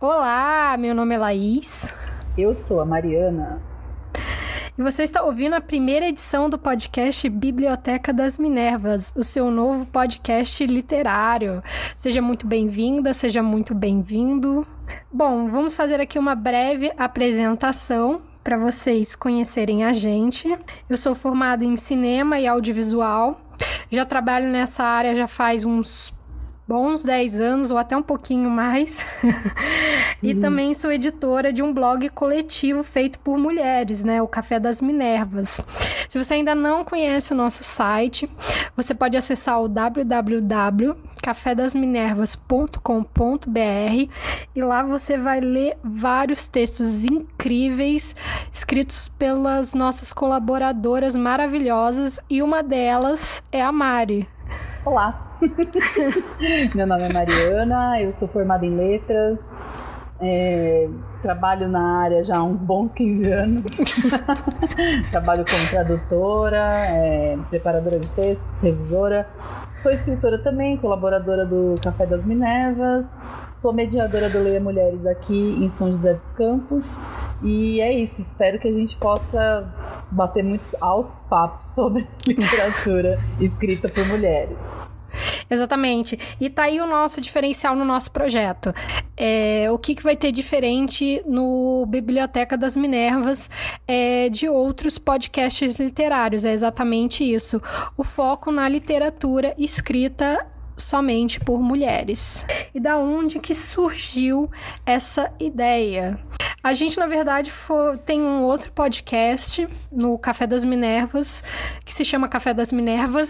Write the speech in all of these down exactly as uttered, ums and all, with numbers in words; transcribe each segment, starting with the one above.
Olá, meu nome é Laís. Eu sou a Mariana. E você está ouvindo a primeira edição do podcast Biblioteca das Minervas, o seu novo podcast literário. Seja muito bem-vinda, seja muito bem-vindo. Bom, vamos fazer aqui uma breve apresentação para vocês conhecerem a gente. Eu sou formada em cinema e audiovisual. Já trabalho nessa área já faz uns bons dez anos ou até um pouquinho mais. E uhum. também sou editora de um blog coletivo feito por mulheres, né? O Café das Minervas. Se você ainda não conhece o nosso site, você pode acessar o w w w ponto café das minervas ponto com ponto b r e lá você vai ler vários textos incríveis escritos pelas nossas colaboradoras maravilhosas e uma delas é a Mari. Olá, meu nome é Mariana, eu sou formada em letras, é, trabalho na área já há uns bons quinze anos, trabalho como tradutora, é, preparadora de textos, revisora, sou escritora também, colaboradora do Café das Minervas, sou mediadora do Leia Mulheres aqui em São José dos Campos e é isso, espero que a gente possa bater muitos altos papos sobre literatura escrita por mulheres. Exatamente. E tá aí o nosso diferencial no nosso projeto. É, o que, que vai ter diferente no Biblioteca das Minervas é, de outros podcasts literários. É exatamente isso. O foco na literatura escrita somente por mulheres. E da onde que surgiu essa ideia? A gente, na verdade, for, tem um outro podcast no Café das Minervas, que se chama Café das Minervas.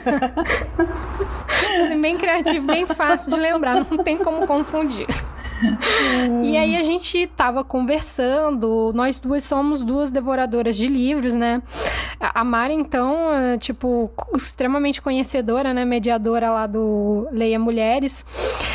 Assim, bem criativo, bem fácil de lembrar, não tem como confundir. E aí a gente tava conversando, nós duas somos duas devoradoras de livros, né? A Mari, então, é, tipo, extremamente conhecedora, né? Mediadora lá do Leia Mulheres.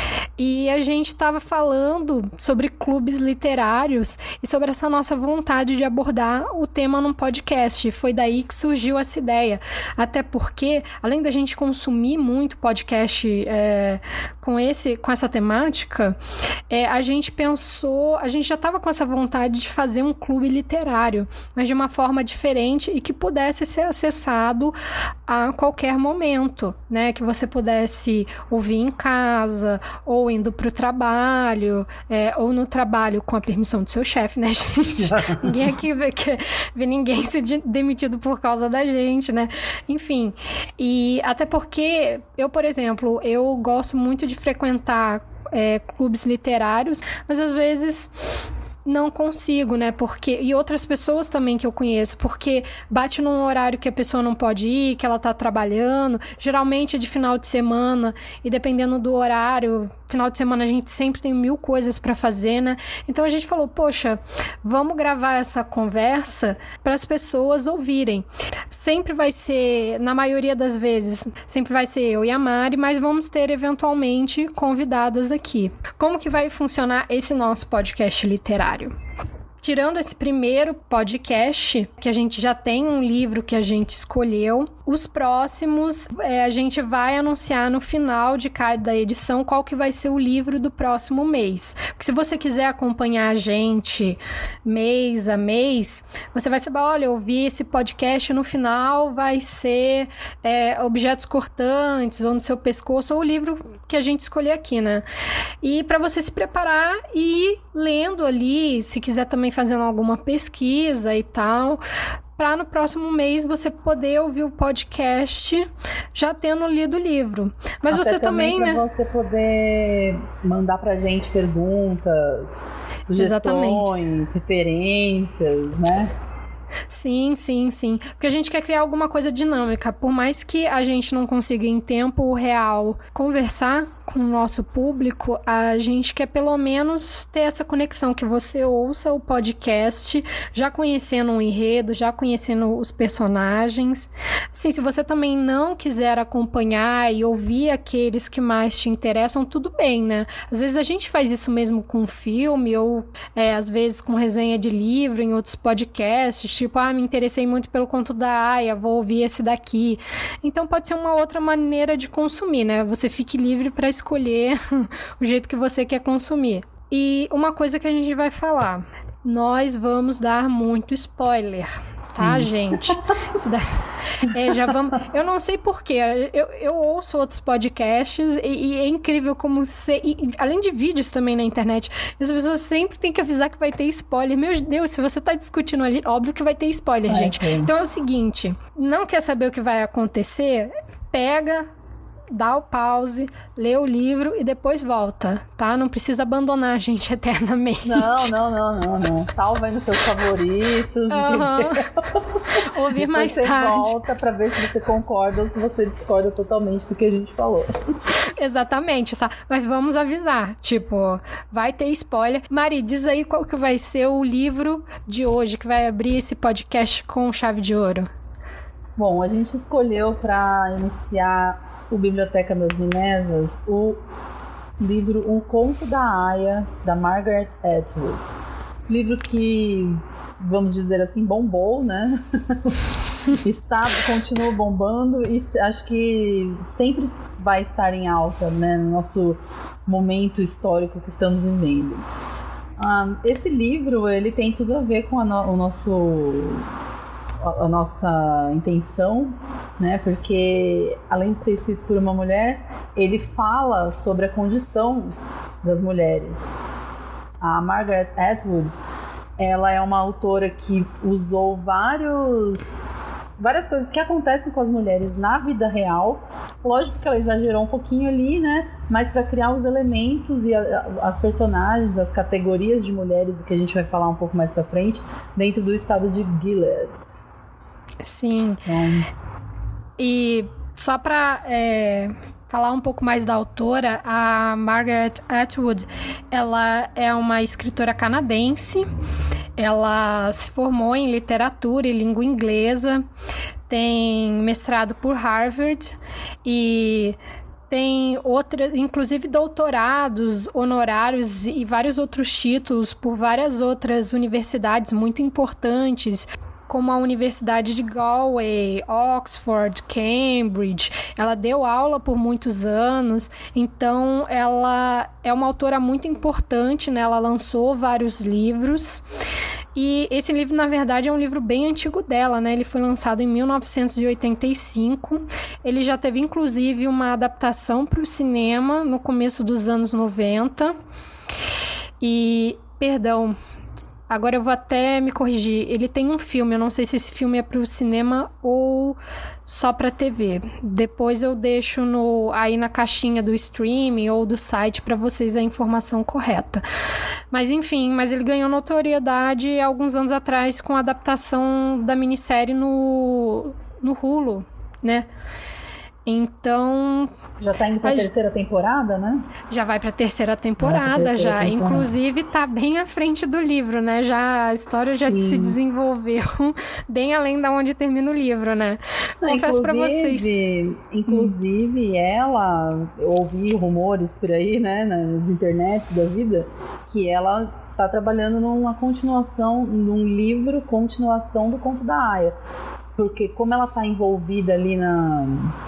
E a gente estava falando sobre clubes literários e sobre essa nossa vontade de abordar o tema num podcast. Foi daí que surgiu essa ideia. Até porque, além da gente consumir muito podcast é, com, esse, com essa temática, é, a gente pensou, a gente já estava com essa vontade de fazer um clube literário, mas de uma forma diferente e que pudesse ser acessado a qualquer momento, né? Que você pudesse ouvir em casa ou indo para o trabalho, é, ou no trabalho com a permissão do seu chefe, né, gente? Ninguém aqui vê, que, vê ninguém ser de, demitido por causa da gente, né? Enfim, e até porque eu, por exemplo, eu gosto muito de frequentar é, clubes literários, mas às vezes não consigo, né, porque, e outras pessoas também que eu conheço, porque bate num horário que a pessoa não pode ir, que ela tá trabalhando, geralmente é de final de semana, e dependendo do horário, final de semana a gente sempre tem mil coisas para fazer, né, então a gente falou, poxa, vamos gravar essa conversa para as pessoas ouvirem. Sempre vai ser, na maioria das vezes, sempre vai ser eu e a Mari, mas vamos ter eventualmente convidadas aqui. Como que vai funcionar esse nosso podcast literário? Tirando esse primeiro podcast, que a gente já tem um livro que a gente escolheu, os próximos é, a gente vai anunciar no final de cada edição qual que vai ser o livro do próximo mês. Porque se você quiser acompanhar a gente mês a mês, você vai saber, olha, eu vi esse podcast, no final vai ser é, Objetos Cortantes, ou no seu pescoço, ou o livro que a gente escolher aqui, né? E para você se preparar e ir lendo ali, se quiser também fazendo alguma pesquisa e tal, para no próximo mês você poder ouvir o podcast já tendo lido o livro. Mas até você também, também né? Você poder mandar pra gente perguntas, sugestões, exatamente, referências, né? Sim, sim, sim. Porque a gente quer criar alguma coisa dinâmica. Por mais que a gente não consiga em tempo real conversar com o nosso público, a gente quer pelo menos ter essa conexão, que você ouça o podcast já conhecendo o enredo, já conhecendo os personagens. Assim, se você também não quiser acompanhar e ouvir aqueles que mais te interessam, tudo bem, né? Às vezes a gente faz isso mesmo com filme ou é, às vezes com resenha de livro em outros podcasts, tipo, ah, me interessei muito pelo conto da Aya, vou ouvir esse daqui. Então pode ser uma outra maneira de consumir, né? Você fique livre para escolher o jeito que você quer consumir. E uma coisa que a gente vai falar, nós vamos dar muito spoiler, tá, Sim. gente? Isso daí... É, já vamos... Eu não sei porquê, eu, eu ouço outros podcasts e, e é incrível como... Se... E, além de vídeos também na internet, as pessoas sempre têm que avisar que vai ter spoiler. Meu Deus, se você tá discutindo ali, óbvio que vai ter spoiler, vai, gente. Ter. Então é o seguinte, não quer saber o que vai acontecer? Pega... dá o pause, lê o livro e depois volta, tá? Não precisa abandonar a gente eternamente. Não, não, não, não, não. Salva aí nos seus favoritos. Uhum. Ouvir mais você tarde. Você volta pra ver se você concorda ou se você discorda totalmente do que a gente falou. Exatamente, só. Mas vamos avisar, tipo, vai ter spoiler. Mari, diz aí qual que vai ser o livro de hoje que vai abrir esse podcast com chave de ouro. Bom, a gente escolheu pra iniciar o Biblioteca das Minervas, o livro Um Conto da Aya, da Margaret Atwood. Livro que, vamos dizer assim, bombou, né? Está, continua bombando e acho que sempre vai estar em alta, né? No nosso momento histórico que estamos vivendo. Um, esse livro, ele tem tudo a ver com a no, o nosso... a nossa intenção, né? Porque além de ser escrito por uma mulher, ele fala sobre a condição das mulheres. A Margaret Atwood, ela é uma autora que usou vários várias coisas que acontecem com as mulheres na vida real. Lógico que ela exagerou um pouquinho ali, né? Mas para criar os elementos e a, a, as personagens, as categorias de mulheres que a gente vai falar um pouco mais para frente, dentro do estado de Gilead. Sim. Então... E só para é, falar um pouco mais da autora, a Margaret Atwood, ela é uma escritora canadense. Ela se formou em literatura e língua inglesa, tem mestrado por Harvard e tem outras, inclusive doutorados honorários e vários outros títulos por várias outras universidades muito importantes, como a Universidade de Galway, Oxford, Cambridge. Ela deu aula por muitos anos, então ela é uma autora muito importante, né? Ela lançou vários livros. E esse livro, na verdade, é um livro bem antigo dela, né? Ele foi lançado em mil novecentos e oitenta e cinco. Ele já teve, inclusive, uma adaptação para o cinema no começo dos anos noventa. E, perdão... Agora eu vou até me corrigir. Ele tem um filme, eu não sei se esse filme é para o cinema ou só para T V. Depois eu deixo no, aí na caixinha do streaming ou do site para vocês a informação correta. Mas enfim, mas ele ganhou notoriedade alguns anos atrás com a adaptação da minissérie no, no Hulu, né? Então... Já tá indo pra a... terceira temporada, né? Já vai pra terceira temporada, pra terceira já. Temporada. Inclusive, tá bem à frente do livro, né? Já, a história já Sim. se desenvolveu bem além da onde termina o livro, né? Não, confesso pra vocês. Inclusive, hum. ela... Eu ouvi rumores por aí, né? Nas internets da vida, que ela tá trabalhando numa continuação, num livro continuação do Conto da Aya. Porque como ela tá envolvida ali na...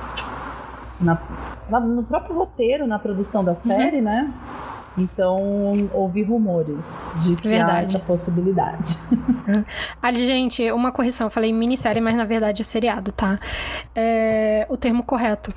Na, na, no próprio roteiro, na produção da série, uhum. né? Então, ouvi rumores de que há essa possibilidade. Ali, gente, uma correção. Eu falei minissérie, mas na verdade é seriado, tá? É o termo correto.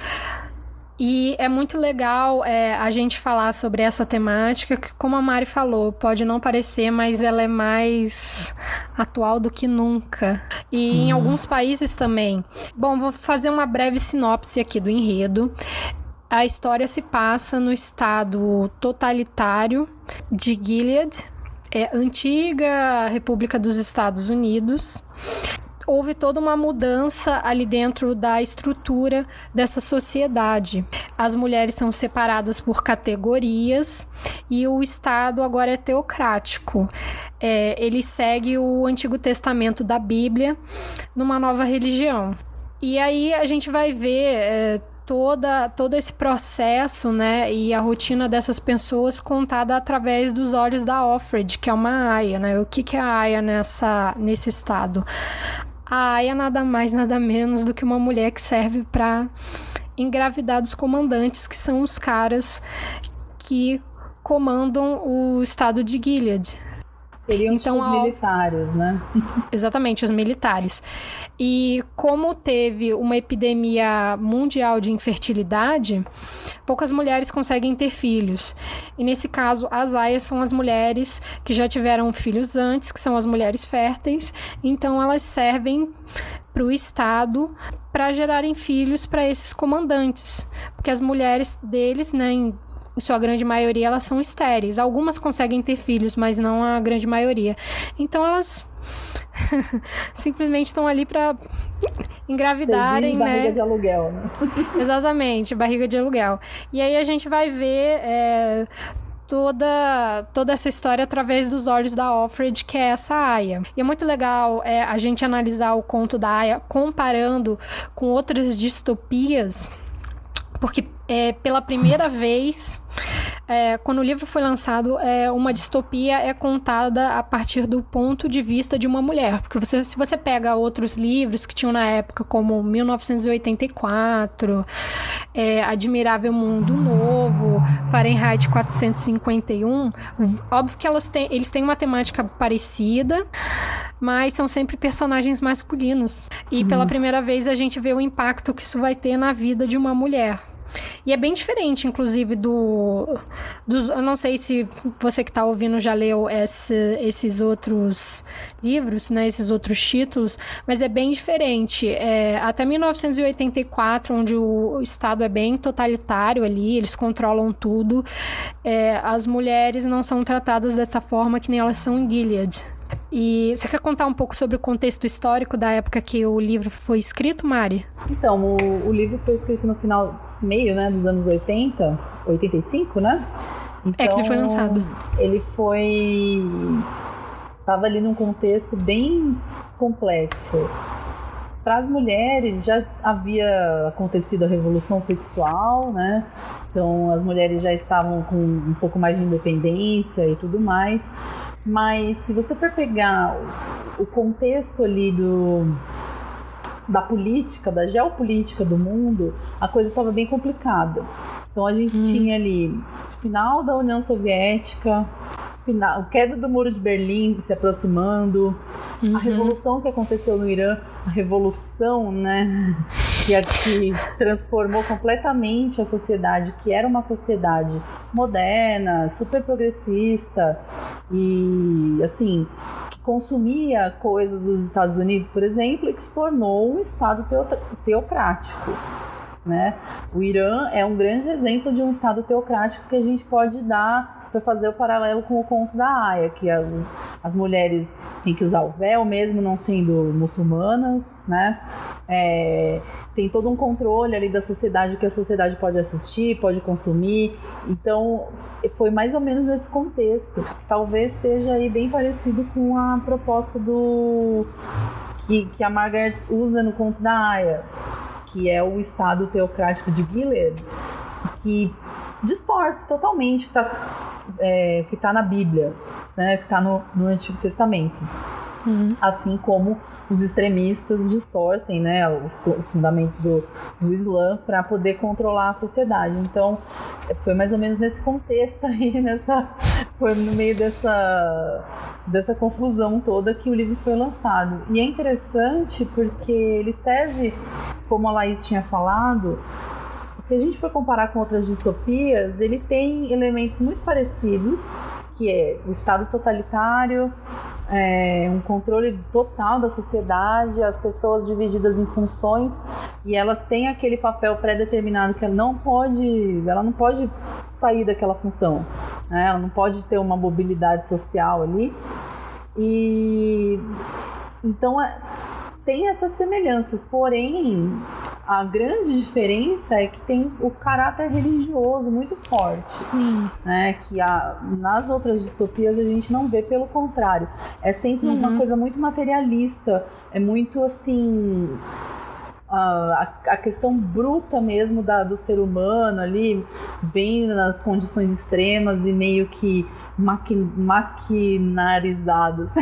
E é muito legal é, a gente falar sobre essa temática, que, como a Mari falou, pode não parecer, mas ela é mais atual do que nunca. E hum. em alguns países também. Bom, vou fazer uma breve sinopse aqui do enredo. A história se passa no estado totalitário de Gilead, é a antiga República dos Estados Unidos. Houve toda uma mudança ali dentro da estrutura dessa sociedade. As mulheres são separadas por categorias e o Estado agora é teocrático. É, ele segue o Antigo Testamento da Bíblia numa nova religião. E aí a gente vai ver... É, Toda, todo esse processo, né, e a rotina dessas pessoas contada através dos olhos da Offred, que é uma aia, né? O que, que é a aia nessa, nesse estado? A aia nada mais, nada menos do que uma mulher que serve para engravidar dos comandantes, que são os caras que comandam o estado de Gilead. Seriam então, tipo, os militares, né? Exatamente, os militares. E como teve uma epidemia mundial de infertilidade, poucas mulheres conseguem ter filhos. E nesse caso, as aias são as mulheres que já tiveram filhos antes, que são as mulheres férteis. Então elas servem para o Estado para gerarem filhos para esses comandantes. Porque as mulheres deles, né, em Em sua grande maioria, elas são estéreis. Algumas conseguem ter filhos, mas não a grande maioria. Então, elas simplesmente estão ali para engravidarem, né? Barriga de aluguel, né? Exatamente, barriga de aluguel. E aí a gente vai ver é, toda, toda essa história através dos olhos da Offred, que é essa aia. E é muito legal é, a gente analisar o conto da aia comparando com outras distopias, porque é, pela primeira vez, é, quando o livro foi lançado, é, uma distopia é contada a partir do ponto de vista de uma mulher. Porque você, se você pega outros livros que tinham na época, como mil novecentos e oitenta e quatro, é, Admirável Mundo Novo, Fahrenheit quatrocentos e cinquenta e um, óbvio que elas têm, eles têm uma temática parecida, mas são sempre personagens masculinos. E uhum. pela primeira vez a gente vê o impacto que isso vai ter na vida de uma mulher. E é bem diferente, inclusive, do... Dos, eu não sei se você que está ouvindo já leu esse, esses outros livros, né, esses outros títulos, mas é bem diferente. É, até mil novecentos e oitenta e quatro, onde o Estado é bem totalitário ali, eles controlam tudo, é, as mulheres não são tratadas dessa forma que nem elas são em Gilead. E você quer contar um pouco sobre o contexto histórico da época que o livro foi escrito, Mari? Então, o, o livro foi escrito no final, meio, né, dos anos oitenta, oitenta e cinco, né? Então, é que ele foi lançado. Ele foi... Tava ali num contexto bem complexo. Para as mulheres já havia acontecido a revolução sexual, né? Então as mulheres já estavam com um pouco mais de independência e tudo mais. Mas se você for pegar o contexto ali do, da política, da geopolítica do mundo, a coisa estava bem complicada. Então a gente hum. tinha ali final da União Soviética, final, queda do Muro de Berlim se aproximando, uhum. a revolução que aconteceu no Irã, a revolução, né, que, que transformou completamente a sociedade, que era uma sociedade moderna, super progressista e, assim, que consumia coisas dos Estados Unidos, por exemplo, e que se tornou um Estado teocrático. Né? O Irã é um grande exemplo de um Estado teocrático que a gente pode dar para fazer o paralelo com o conto da Aia, que as, as mulheres têm que usar o véu mesmo não sendo muçulmanas, né? É, tem todo um controle ali da sociedade, o que a sociedade pode assistir, pode consumir. Então foi mais ou menos nesse contexto. Talvez seja aí bem parecido com a proposta do que, que a Margaret usa no conto da Aia, que é o Estado teocrático de Gilead, que distorce totalmente o que está é, que tá na Bíblia, né, que está no, no Antigo Testamento. Uhum. Assim como os extremistas distorcem, né, os, os fundamentos do, do Islã para poder controlar a sociedade. Então, foi mais ou menos nesse contexto aí, nessa, foi no meio dessa, dessa confusão toda que o livro foi lançado. E é interessante porque ele serve, como a Laís tinha falado, se a gente for comparar com outras distopias, ele tem elementos muito parecidos, que é o Estado totalitário, é, um controle total da sociedade, as pessoas divididas em funções, e elas têm aquele papel pré-determinado que ela não pode, ela não pode sair daquela função, né? Ela não pode ter uma mobilidade social ali. E então é, tem essas semelhanças, porém a grande diferença é que tem o caráter religioso muito forte. Sim. Né? Que a, nas outras distopias a gente não vê, pelo contrário. É sempre uhum. uma coisa muito materialista, é muito assim... A, a questão bruta mesmo da, do ser humano ali, bem nas condições extremas e meio que maqui, maquinarizado.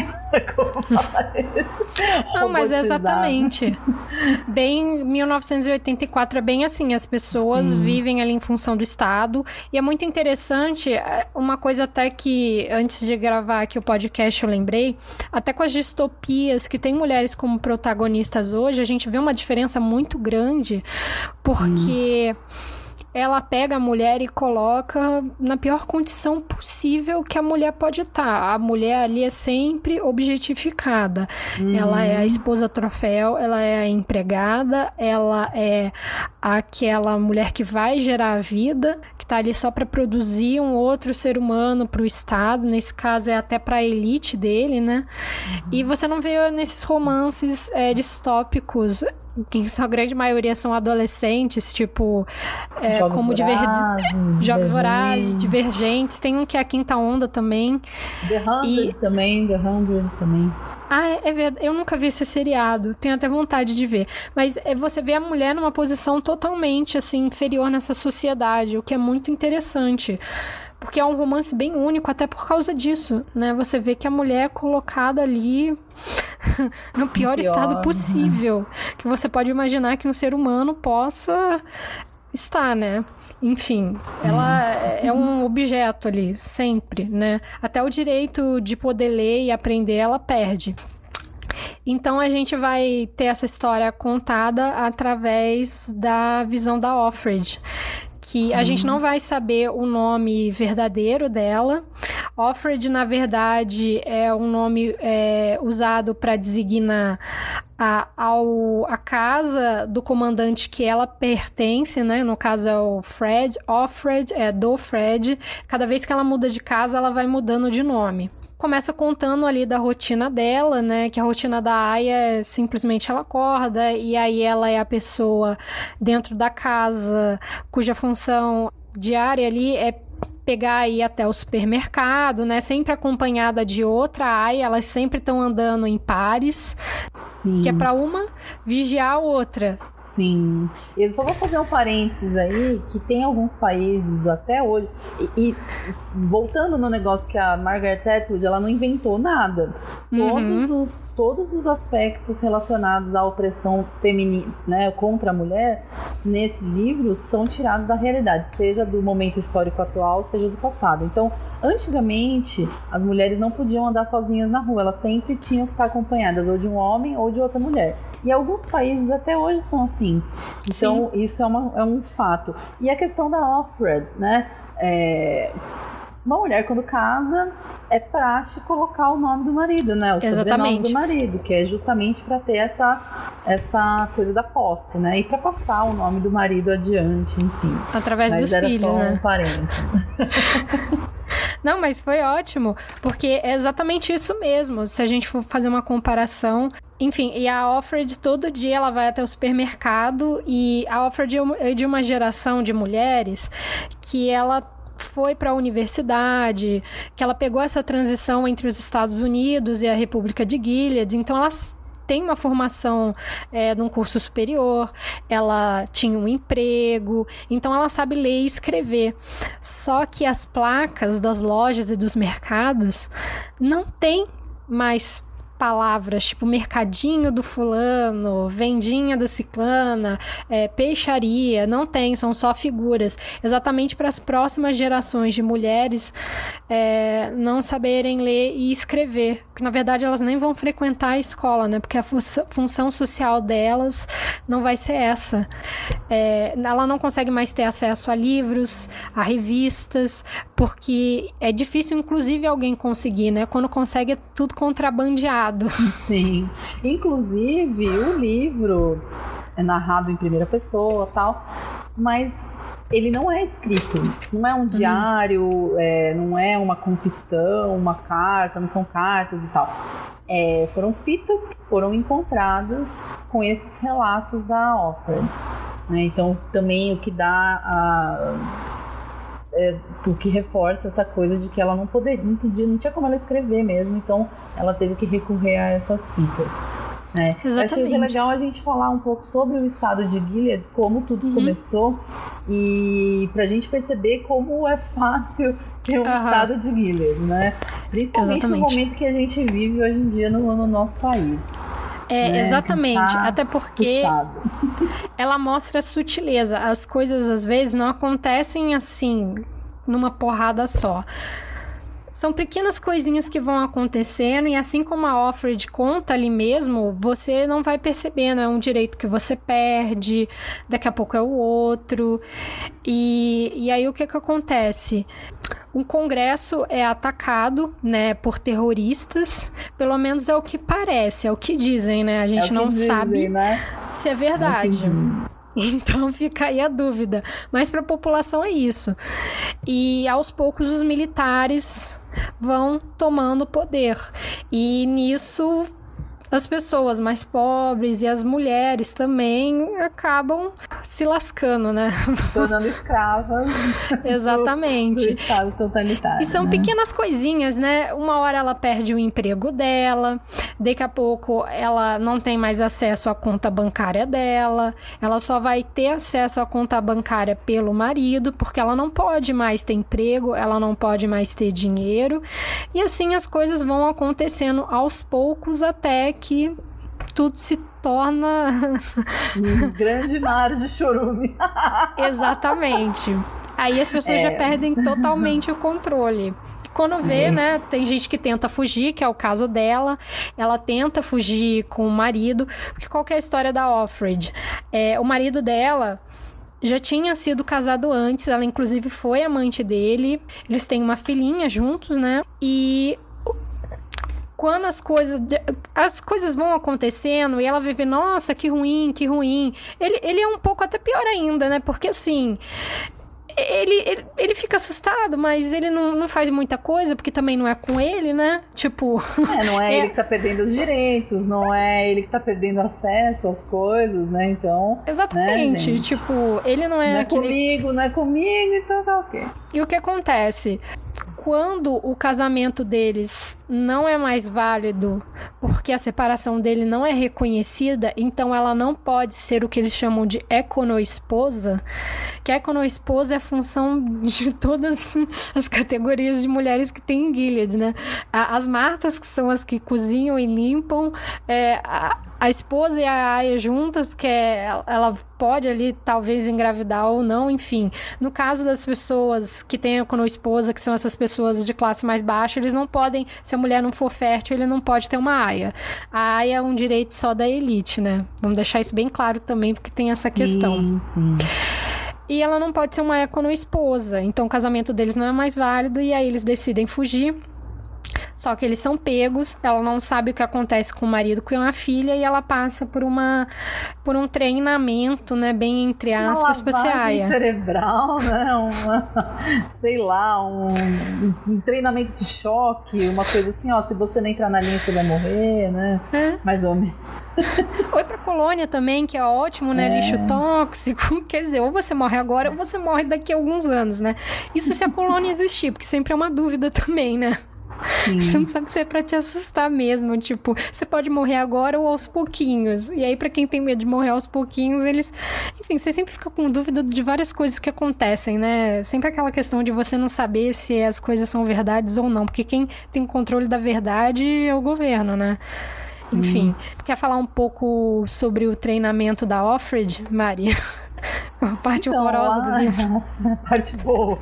Não, mas é exatamente. Bem, mil novecentos e oitenta e quatro é bem assim, as pessoas Sim. vivem ali em função do Estado, e é muito interessante, uma coisa até que antes de gravar aqui o podcast eu lembrei, até com as distopias que tem mulheres como protagonistas hoje, a gente vê uma diferença muito grande, porque... Hum. ela pega a mulher e coloca na pior condição possível que a mulher pode estar. A mulher ali é sempre objetificada. Uhum. Ela é a esposa troféu, ela é a empregada, ela é aquela mulher que vai gerar a vida, que tá ali só para produzir um outro ser humano para o Estado. Nesse caso é até para a elite dele, né? Uhum. E você não vê nesses romances é, distópicos, que a grande maioria são adolescentes, tipo, é, Jogos como Vorazes, diver... Jogos Vorazes, Divergentes, tem um que é a Quinta Onda também. The Hundreds e... também, The Hundreds também. Ah, é, é verdade, eu nunca vi esse seriado, tenho até vontade de ver. Mas é, você vê a mulher numa posição totalmente, assim, inferior nessa sociedade, o que é muito interessante. Porque é um romance bem único, até por causa disso, né? Você vê que a mulher é colocada ali no pior, pior estado possível, né? Que você pode imaginar que um ser humano possa estar, né? Enfim, ela é um objeto ali, sempre, né? Até o direito de poder ler e aprender, ela perde. Então a gente vai ter essa história contada através da visão da Offred, que Sim. a gente não vai saber o nome verdadeiro dela. Offred, na verdade, é um nome é, usado para designar a, ao, a casa do comandante que ela pertence, né? No caso é o Fred. Offred é do Fred. Cada vez que ela muda de casa, ela vai mudando de nome. Começa contando ali da rotina dela, né? Que a rotina da Aya é simplesmente ela acorda e aí ela é a pessoa dentro da casa cuja função diária ali é pegar e ir até o supermercado, né? Sempre acompanhada de outra Aya, elas sempre estão andando em pares, Sim. que é para uma vigiar a outra. Sim. Eu só vou fazer um parênteses aí, que tem alguns países até hoje, e, e voltando no negócio que a Margaret Atwood, ela não inventou nada. Uhum. Todos os, todos os aspectos relacionados à opressão feminina, né, contra a mulher, nesse livro, são tirados da realidade, seja do momento histórico atual, seja do passado. Então, antigamente, as mulheres não podiam andar sozinhas na rua, elas sempre tinham que estar acompanhadas ou de um homem ou de outra mulher. E alguns países até hoje são assim. Então, Sim. isso é, uma, é um fato. E a questão da Offred, né? É... Uma mulher, quando casa, é praxe colocar o nome do marido, né? O Exatamente. sobrenome do marido, que é justamente para ter essa, essa coisa da posse, né? E para passar o nome do marido adiante, enfim. Através Mas dos era filhos, só né? um parente. Não, mas foi ótimo, porque é exatamente isso mesmo, se a gente for fazer uma comparação. Enfim, e a Offred, todo dia ela vai até o supermercado, e a Offred é de uma geração de mulheres que ela foi para a universidade, que ela pegou essa transição entre os Estados Unidos e a República de Gilead, então elas tem uma formação é, num curso superior, ela tinha um emprego, então ela sabe ler e escrever. Só que as placas das lojas e dos mercados não tem mais palavras, tipo mercadinho do fulano, vendinha da ciclana, é, peixaria, não tem, são só figuras, exatamente para as próximas gerações de mulheres é, não saberem ler e escrever, porque na verdade elas nem vão frequentar a escola, né, porque a fu- função social delas não vai ser essa. É, ela não consegue mais ter acesso a livros, a revistas, porque é difícil inclusive alguém conseguir, né, quando consegue é tudo contrabandeado. Sim, inclusive o livro é narrado em primeira pessoa e tal, mas ele não é escrito, não é um diário, uhum. é, não é uma confissão, uma carta, não são cartas e tal. É, foram fitas que foram encontradas com esses relatos da Offred, né? Então também o que dá a... É, o que reforça essa coisa de que ela não poderia, não podia, não tinha como ela escrever mesmo, então ela teve que recorrer a essas fitas. né? Exatamente. Eu achei legal a gente falar um pouco sobre o estado de Gilead, como tudo uhum. começou, e pra gente perceber como é fácil ter um uhum. estado de Gilead, né? Principalmente Exatamente. no momento que a gente vive hoje em dia no, no nosso país. É, né? Exatamente, Tá até porque puxado. Ela mostra a sutileza. As coisas às vezes não acontecem assim, numa porrada só. São pequenas coisinhas que vão acontecendo e assim como a Offred conta ali mesmo, você não vai percebendo, é um direito que você perde, daqui a pouco é o outro. E, e aí o que que acontece? O Congresso é atacado, né, por terroristas, pelo menos é o que parece, é o que dizem, né? A gente é não dizem, sabe né? se é verdade. É então fica aí a dúvida. Mas para a população é isso. E aos poucos os militares vão tomando poder. E nisso as pessoas mais pobres e as mulheres também acabam se lascando, né? Tornando escravas. Exatamente. Do, do estado totalitário. E são né? pequenas coisinhas, né? Uma hora ela perde o emprego dela, daqui a pouco ela não tem mais acesso à conta bancária dela, ela só vai ter acesso à conta bancária pelo marido, porque ela não pode mais ter emprego, ela não pode mais ter dinheiro. E assim as coisas vão acontecendo aos poucos até que tudo se torna um grande mar de chorume. Exatamente. Aí as pessoas é. já perdem totalmente o controle. Quando vê, né, tem gente que tenta fugir, que é o caso dela. Ela tenta fugir com o marido, porque qual que é a história da Offred? É, o marido dela já tinha sido casado antes, ela inclusive foi amante dele. Eles têm uma filhinha juntos, né? E quando as coisas, as coisas vão acontecendo e ela vai ver, nossa, que ruim, que ruim. Ele, ele é um pouco até pior ainda, né? Porque assim, ele, ele, ele fica assustado, mas ele não, não faz muita coisa, porque também não é com ele, né? Tipo... É, não é, é... ele que tá perdendo os direitos, não é ele que tá perdendo acesso às coisas, né? Então... Exatamente. Né, tipo, ele não é... Não é aquele... comigo, não é comigo, então tá ok. E o que acontece? Quando o casamento deles não é mais válido, porque a separação dele não é reconhecida, então ela não pode ser o que eles chamam de econoesposa, que a econoesposa é a função de todas as categorias de mulheres que tem em Gilead, né? As Martas, que são as que cozinham e limpam, é, a, a esposa e a aia juntas, porque ela pode ali talvez engravidar ou não, enfim. No caso das pessoas que têm a econoesposa, que são essas pessoas de classe mais baixa, eles não podem, se a mulher não for fértil, ele não pode ter uma aia. A aia é um direito só da elite, né? Vamos deixar isso bem claro também, porque tem essa questão. Sim, sim. E ela não pode ser uma econoesposa, então o casamento deles não é mais válido e aí eles decidem fugir. Só que eles são pegos, ela não sabe o que acontece com o marido, com a filha, e ela passa por uma por um treinamento, né, bem entre aspas, uma lavagem para cerebral, né, uma, sei lá, um, um treinamento de choque, uma coisa assim, ó, se você não entrar na linha você vai morrer, né, é. mais ou menos. Foi pra colônia também, que é ótimo, né, é. lixo tóxico, quer dizer, ou você morre agora ou você morre daqui a alguns anos, né, isso se a colônia existir, porque sempre é uma dúvida também, né. Sim. Você não sabe se é pra te assustar mesmo, tipo, você pode morrer agora ou aos pouquinhos, e aí pra quem tem medo de morrer aos pouquinhos, eles, enfim, você sempre fica com dúvida de várias coisas que acontecem, né, sempre aquela questão de você não saber se as coisas são verdades ou não, porque quem tem o controle da verdade é o governo, né. Sim. Enfim, quer falar um pouco sobre o treinamento da Offred, Mari? A parte então, horrorosa do livro. Nossa, a parte boa.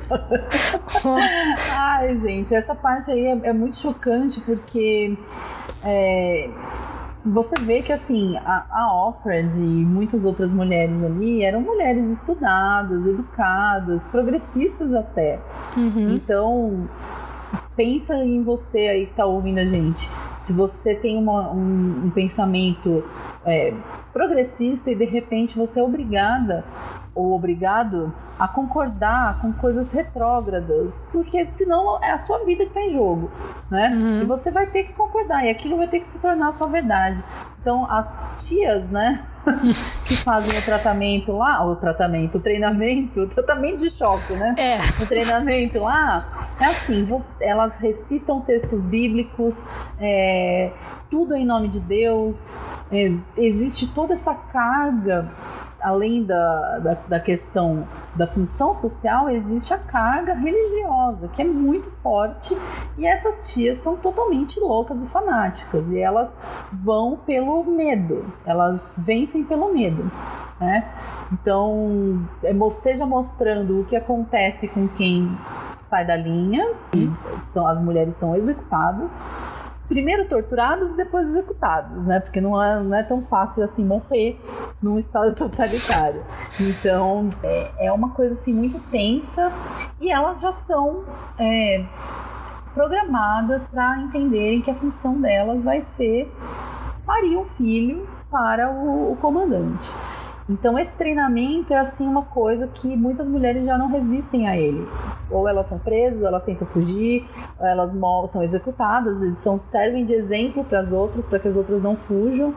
Ai, gente, essa parte aí é, é muito chocante, porque é, você vê que, assim, a, a Offred e muitas outras mulheres ali eram mulheres estudadas, educadas, progressistas até. Uhum. Então, pensa em você aí que tá ouvindo a gente. Se você tem uma, um, um pensamento é, progressista e de repente você é obrigada ou obrigado a concordar com coisas retrógradas, porque senão é a sua vida que está em jogo, né? Uhum. E você vai ter que concordar, e aquilo vai ter que se tornar a sua verdade. Então, as tias, né, que fazem o tratamento lá, o tratamento, o treinamento, o tratamento de choque, né? É. O treinamento lá, é assim, você, elas recitam textos bíblicos, é, tudo em nome de Deus, é, existe toda essa carga, além da, da, da questão da função social, existe a carga religiosa, que é muito forte, e essas tias são totalmente loucas e fanáticas, e elas vão pelo medo, elas vencem pelo medo, né? Então, seja mostrando o que acontece com quem sai da linha, e são, as mulheres são executadas, primeiro torturados e depois executados, né? Porque não é, não é tão fácil assim morrer num estado totalitário. Então, é, é uma coisa assim muito tensa, e elas já são é, programadas para entenderem que a função delas vai ser parir um filho para o, o comandante. Então esse treinamento é assim uma coisa que muitas mulheres já não resistem a ele. Ou elas são presas, ou elas tentam fugir, ou elas são executadas, e são, servem de exemplo para as outras, para que as outras não fujam.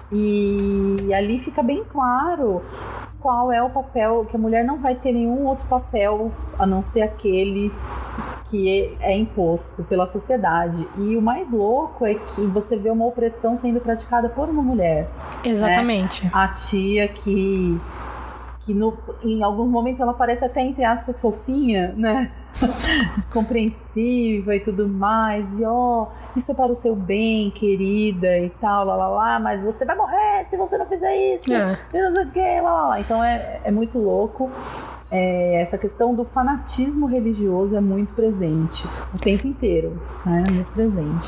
E ali fica bem claro qual é o papel, que a mulher não vai ter nenhum outro papel a não ser aquele que é imposto pela sociedade. E o mais louco é que você vê uma opressão sendo praticada por uma mulher. Exatamente. Né? A tia que, que no, em alguns momentos ela parece até, entre aspas, fofinha, né? Compreensiva e tudo mais, e ó, oh, isso é para o seu bem, querida, e tal, lá, lá, lá, mas você vai morrer se você não fizer isso, é. E não sei o que, lá, lá, lá. Então é, é muito louco. É, essa questão do fanatismo religioso é muito presente o tempo inteiro, né? Muito presente.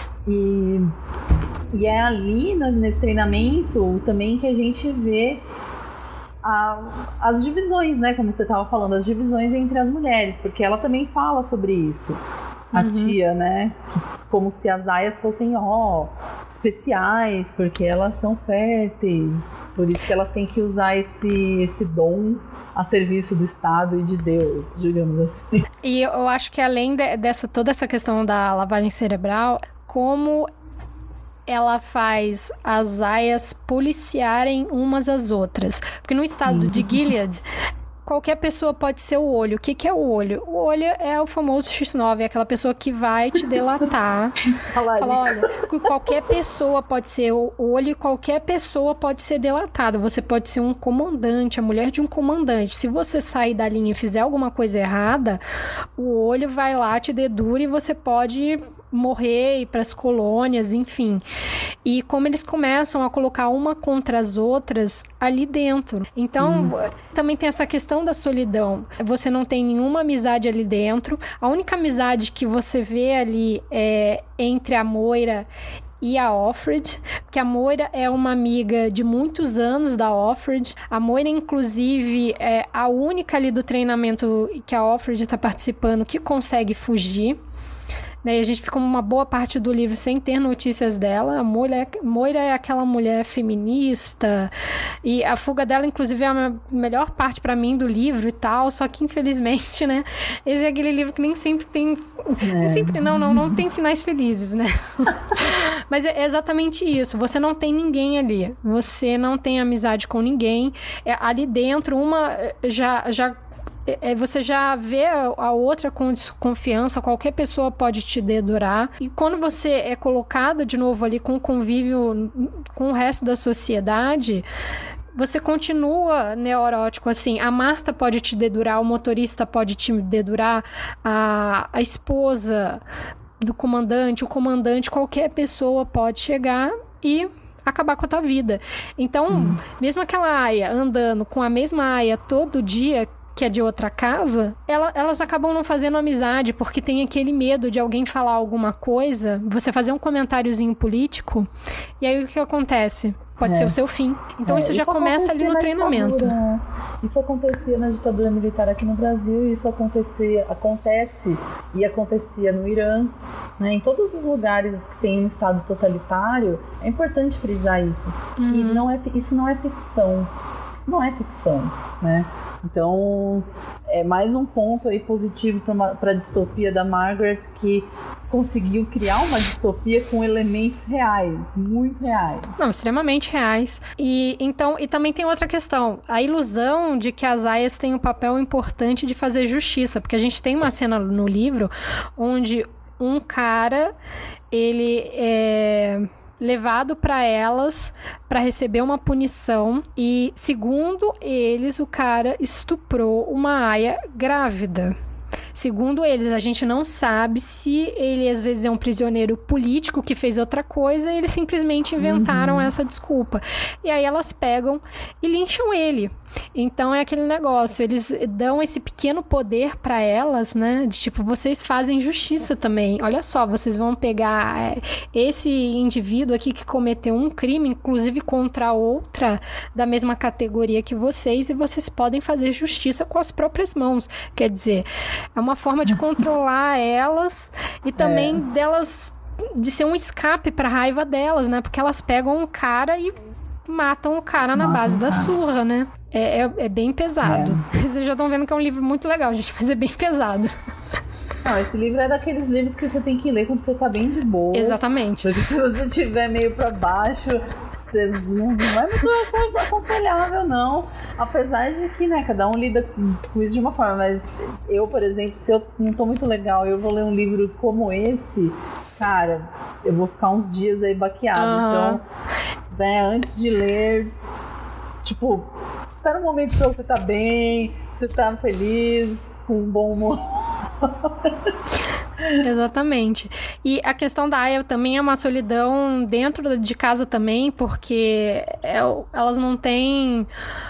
E, e é ali, nesse treinamento, também que a gente vê A, as divisões, né, como você estava falando, as divisões entre as mulheres, porque ela também fala sobre isso, a uhum. tia, né, que, como se as aias fossem, ó, especiais, porque elas são férteis, por isso que elas têm que usar esse, esse dom a serviço do Estado e de Deus, digamos assim. E eu acho que além de, dessa, toda essa questão da lavagem cerebral, como ela faz as aias policiarem umas às outras. Porque no estado Sim. de Gilead, qualquer pessoa pode ser o olho. O que, que é o olho? O olho é o famoso xis nove, é aquela pessoa que vai te delatar. Fala, olha, qualquer pessoa pode ser o olho e qualquer pessoa pode ser delatada. Você pode ser um comandante, a mulher de um comandante. Se você sair da linha e fizer alguma coisa errada, o olho vai lá, te dedura e você pode morrer, ir para as colônias, enfim. E como eles começam a colocar uma contra as outras ali dentro. Então, Sim. também tem essa questão da solidão. Você não tem nenhuma amizade ali dentro. A única amizade que você vê ali é entre a Moira e a Offred, porque a Moira é uma amiga de muitos anos da Offred. A Moira, inclusive, é a única ali do treinamento que a Offred está participando que consegue fugir. E a gente fica uma boa parte do livro sem ter notícias dela. A Moira, Moira é aquela mulher feminista, e a fuga dela, inclusive, é a melhor parte pra mim do livro e tal, só que infelizmente, né, esse é aquele livro que nem sempre tem é. nem sempre, não, não, não tem finais felizes, né? Mas é exatamente isso, você não tem ninguém ali, você não tem amizade com ninguém, é, ali dentro uma já, já É, você já vê a outra com desconfiança, qualquer pessoa pode te dedurar. E quando você é colocado de novo ali com convívio com o resto da sociedade, você continua neurótico, assim. A Marta pode te dedurar, o motorista pode te dedurar, a, a esposa do comandante, o comandante, qualquer pessoa pode chegar e acabar com a tua vida. Então, Sim. mesmo aquela aia andando com a mesma aia todo dia, que é de outra casa, ela, elas acabam não fazendo amizade, porque tem aquele medo de alguém falar alguma coisa, você fazer um comentáriozinho político, e aí o que acontece? Pode é. ser o seu fim. Então é, isso já isso começa ali no treinamento. Ditadura. Isso acontecia na ditadura militar aqui no Brasil, isso acontecia, acontece e acontecia no Irã, né? Em todos os lugares que tem um estado totalitário, é importante frisar isso, que uhum. não é, isso não é ficção. isso não é ficção, né? Então, é mais um ponto aí positivo para a distopia da Margaret, que conseguiu criar uma distopia com elementos reais, muito reais. Não, extremamente reais. E, então, e também tem outra questão, a ilusão de que as aias têm um papel importante de fazer justiça, porque a gente tem uma cena no livro onde um cara, ele é levado para elas para receber uma punição e, segundo eles, o cara estuprou uma aia grávida. Segundo eles, a gente não sabe se ele às vezes é um prisioneiro político que fez outra coisa e eles simplesmente inventaram uhum. essa desculpa. E aí elas pegam e lincham ele. Então é aquele negócio, eles dão esse pequeno poder para elas, né? De tipo, vocês fazem justiça também. Olha só, vocês vão pegar esse indivíduo aqui que cometeu um crime, inclusive contra outra da mesma categoria que vocês, e vocês podem fazer justiça com as próprias mãos. Quer dizer, é uma forma de controlar elas e também é. delas, de ser um escape para a raiva delas, né? Porque elas pegam um cara e matam o cara na Mata base da surra, né? É, é, é bem pesado. É. Vocês já estão vendo que é um livro muito legal, gente, mas é bem pesado. Não, esse livro é daqueles livros que você tem que ler quando você tá bem de boa. Exatamente. Porque se você estiver meio pra baixo, você não, não é muito aconselhável, não. Apesar de que, né, cada um lida com isso de uma forma. Mas eu, por exemplo, se eu não tô muito legal e eu vou ler um livro como esse, cara, eu vou ficar uns dias aí baqueado. Uhum. Então, né, antes de ler, tipo, espera um momento que você tá bem, você tá feliz, com um bom humor. Exatamente. E a questão da Aya também é uma solidão dentro de casa também, porque elas não têm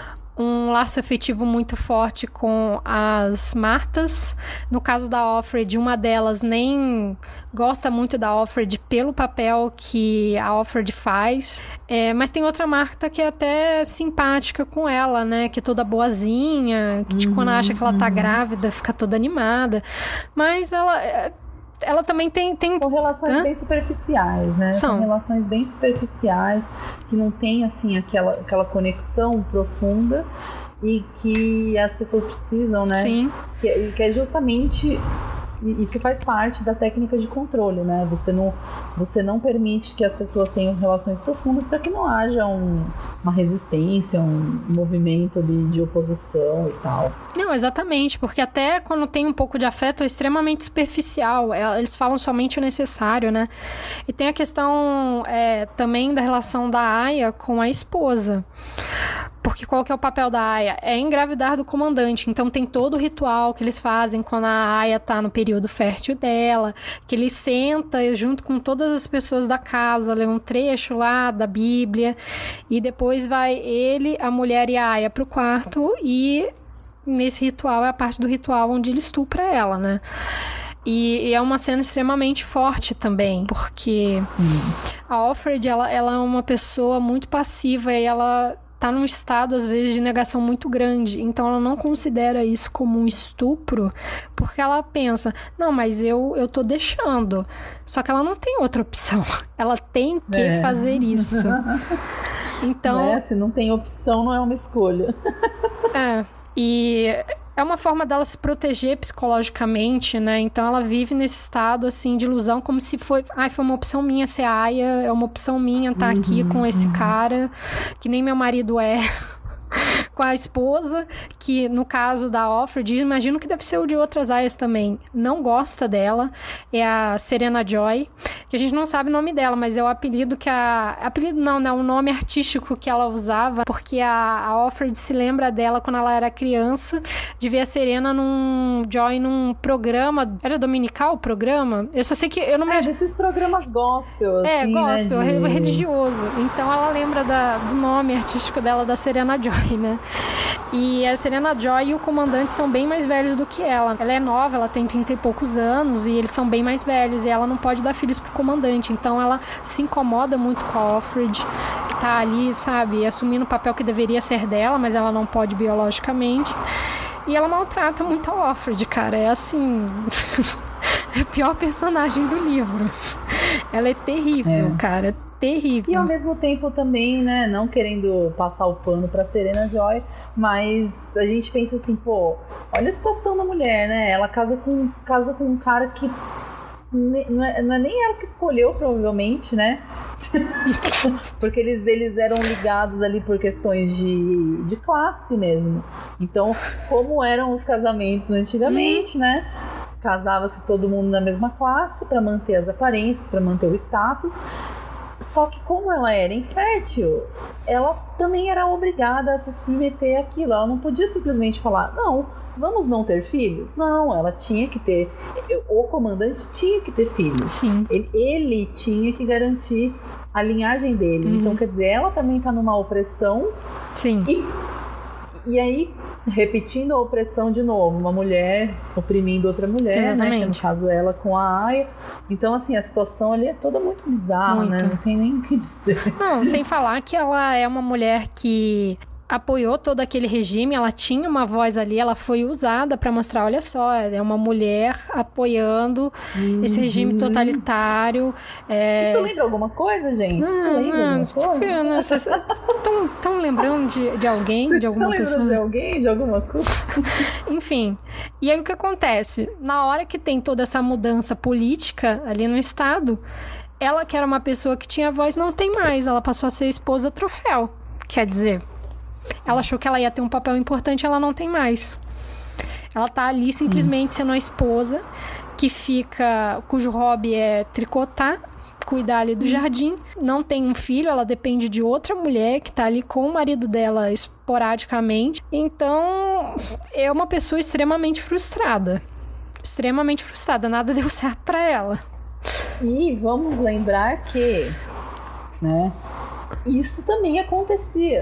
um laço afetivo muito forte com as Martas. No caso da Offred, uma delas nem gosta muito da Offred pelo papel que a Offred faz. É, mas tem outra Marta que é até simpática com ela, né? Que é toda boazinha, que uhum, quando acha que ela tá uhum. grávida, fica toda animada. Mas ela... Ela também tem... tem... São relações Hã? bem superficiais, né? São. São relações bem superficiais, que não tem, assim, aquela, aquela conexão profunda e que as pessoas precisam, né? Sim. Que, que é justamente... Isso faz parte da técnica de controle, né? Você não, você não permite que as pessoas tenham relações profundas para que não haja um, uma resistência, um movimento de, de oposição e tal. Não, exatamente, porque até quando tem um pouco de afeto é extremamente superficial. Eles falam somente o necessário, né? E tem a questão é, também da relação da Aya com a esposa. Porque qual que é o papel da Aya? É engravidar do comandante. Então tem todo o ritual que eles fazem quando a Aya tá no período fértil dela, que ele senta junto com todas as pessoas da casa, lê um trecho lá da Bíblia, e depois vai ele, a mulher e a Aya pro quarto, e nesse ritual é a parte do ritual onde ele estupra ela, né? E, e é uma cena extremamente forte também, porque Sim. a Offred, ela, ela é uma pessoa muito passiva e ela tá num estado, às vezes, de negação muito grande. Então, ela não considera isso como um estupro, porque ela pensa, não, mas eu, eu tô deixando. Só que ela não tem outra opção. Ela tem que é. fazer isso. Então... É, se não tem opção, não é uma escolha. É, e... é uma forma dela se proteger psicologicamente, né? Então ela vive nesse estado, assim, de ilusão, como se foi... Ai, foi uma opção minha ser Aya, é uma opção minha estar uhum, aqui com esse uhum. cara, que nem meu marido é... com a esposa, que no caso da Offred, imagino que deve ser o de outras Ayas também, não gosta dela, é a Serena Joy, que a gente não sabe o nome dela, mas é o apelido que a... apelido não, né? O nome artístico que ela usava, porque a, a Offred se lembra dela quando ela era criança, de ver a Serena num Joy num programa, era dominical o programa? Eu só sei que... eu não me... É, desses programas gospel, É, assim, gospel, né, de... religioso. Então ela lembra da, do nome artístico dela, da Serena Joy, né? E a Serena Joy e o comandante são bem mais velhos do que ela. Ela é nova, ela tem trinta e poucos anos e eles são bem mais velhos e ela não pode dar filhos pro comandante. Então ela se incomoda muito com a Offred, que tá ali, sabe, assumindo o papel que deveria ser dela, mas ela não pode biologicamente. E ela maltrata muito a Offred, cara. É assim... é a pior personagem do livro. Ela é terrível, é. cara. terrível. E ao mesmo tempo também, né, não querendo passar o pano pra Serena Joy, mas a gente pensa assim, pô, olha a situação da mulher, né? Ela casa com, casa com um cara que não é, não é nem ela que escolheu, provavelmente, né? Porque eles, eles eram ligados ali por questões de, de classe mesmo. Então, como eram os casamentos antigamente, hum. né? Casava-se todo mundo na mesma classe para manter as aparências, para manter o status. Só que como ela era infértil, ela também era obrigada a se submeter àquilo. Ela não podia simplesmente falar, não, vamos não ter filhos? Não, ela tinha que ter, o comandante tinha que ter filhos. Sim. Ele, ele tinha que garantir a linhagem dele. Uhum. Então, quer dizer, ela também tá numa opressão. Sim. E, e aí, repetindo a opressão de novo, uma mulher oprimindo outra mulher, né? Que no caso ela com a Aya. Então, assim, a situação ali é toda muito bizarra, muito. né? Não tem nem o que dizer. Não, sem falar que ela é uma mulher que apoiou todo aquele regime, ela tinha uma voz ali, ela foi usada para mostrar, olha só, é uma mulher apoiando uhum. esse regime totalitário. É... Isso lembra alguma coisa, gente? Isso não, lembra não, alguma coisa? Porque, não, vocês estão lembrando de, de alguém, vocês de alguma pessoa? de alguém, de alguma coisa? Enfim, e aí o que acontece? Na hora que tem toda essa mudança política ali no estado, ela que era uma pessoa que tinha voz, não tem mais, ela passou a ser esposa troféu, quer dizer... Ela achou que ela ia ter um papel importante, ela não tem mais. Ela tá ali simplesmente Sim. sendo a esposa que fica, cujo hobby é tricotar, cuidar ali do hum. jardim, não tem um filho, ela depende de outra mulher que tá ali com o marido dela esporadicamente. Então, é uma pessoa extremamente frustrada. Extremamente frustrada, nada deu certo pra ela. E vamos lembrar que, né, isso também acontecia.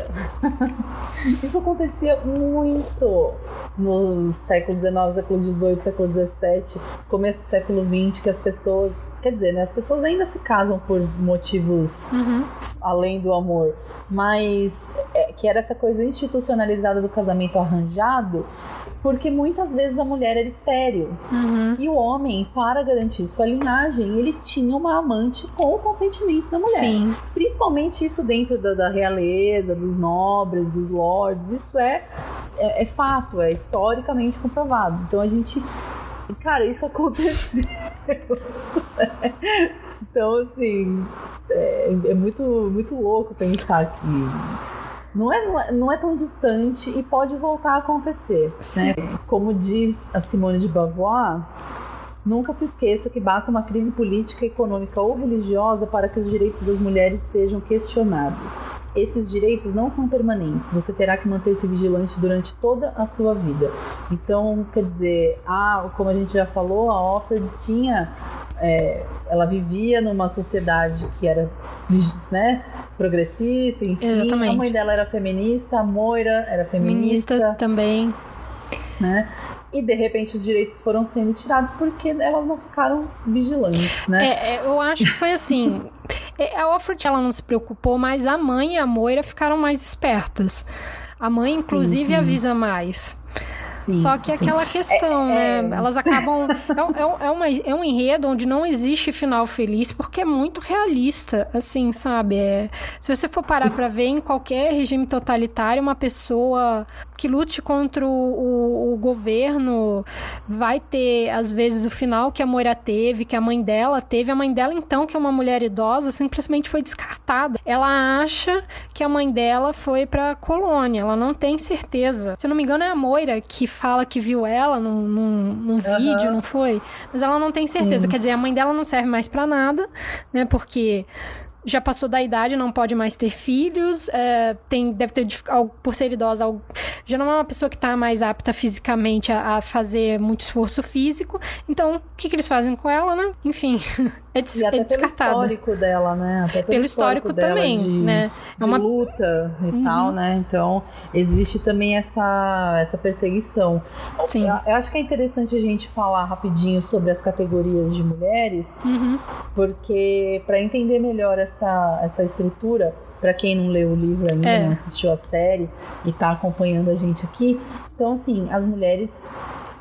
Isso acontecia muito no século dezenove, século dezoito, século dezessete, começo do século vinte, que as pessoas, quer dizer, né, as pessoas ainda se casam por motivos uhum. além do amor, mas é, que era essa coisa institucionalizada do casamento arranjado, porque muitas vezes a mulher era estéril. Uhum. E o homem, para garantir sua linhagem, ele tinha uma amante com o consentimento da mulher. Sim. Principalmente isso dentro da, da realeza, dos nobres, dos lords. Isso é, é, é fato, é historicamente comprovado. Então a gente... Cara, isso aconteceu. Então, assim, é, é muito, muito louco pensar que... Não é, não, é, não é tão distante e pode voltar a acontecer, né? Como diz a Simone de Beauvoir, nunca se esqueça que basta uma crise política, econômica ou religiosa para que os direitos das mulheres sejam questionados. Esses direitos não são permanentes, você terá que manter-se vigilante durante toda a sua vida. Então, quer dizer, ah, como a gente já falou, a Offred tinha... É, ela vivia numa sociedade que era, né, progressista, enfim. Exatamente. A mãe dela era feminista, a Moira era feminista. Feminista também. Né? E de repente os direitos foram sendo tirados porque elas não ficaram vigilantes, né? É, é, eu acho que foi assim. A Offred, ela não se preocupou, mas a mãe e a Moira ficaram mais espertas. A mãe, inclusive, sim, sim. avisa mais. Sim, Só que sim. aquela questão, é, né? É... Elas acabam... É, é, uma, é um enredo onde não existe final feliz, porque é muito realista, assim, sabe? É, se você for parar pra ver, em qualquer regime totalitário, uma pessoa que lute contra o, o, o governo vai ter, às vezes, o final que a Moira teve, que a mãe dela teve. A mãe dela, então, que é uma mulher idosa, simplesmente foi descartada. Ela acha que a mãe dela foi pra colônia. Ela não tem certeza. Se eu não me engano, é a Moira que fala que viu ela num, num, num uhum. vídeo, não foi? Mas ela não tem certeza. Sim. Quer dizer, a mãe dela não serve mais pra nada, né? Porque já passou da idade, não pode mais ter filhos, é, tem, deve ter, por ser idosa, já não é uma pessoa que está mais apta fisicamente a, a fazer muito esforço físico. Então, o que, que eles fazem com ela, né? Enfim, é, des, e até é descartada. Pelo histórico dela, né? Até pelo, pelo histórico, histórico também, de, né? De é uma luta e uhum. tal, né? Então, existe também essa, essa perseguição. Sim. Eu, eu acho que é interessante a gente falar rapidinho sobre as categorias de mulheres, uhum. porque para entender melhor essa Essa, essa estrutura, para quem não leu o livro ainda, é. não assistiu a série e tá acompanhando a gente aqui. Então, assim, as mulheres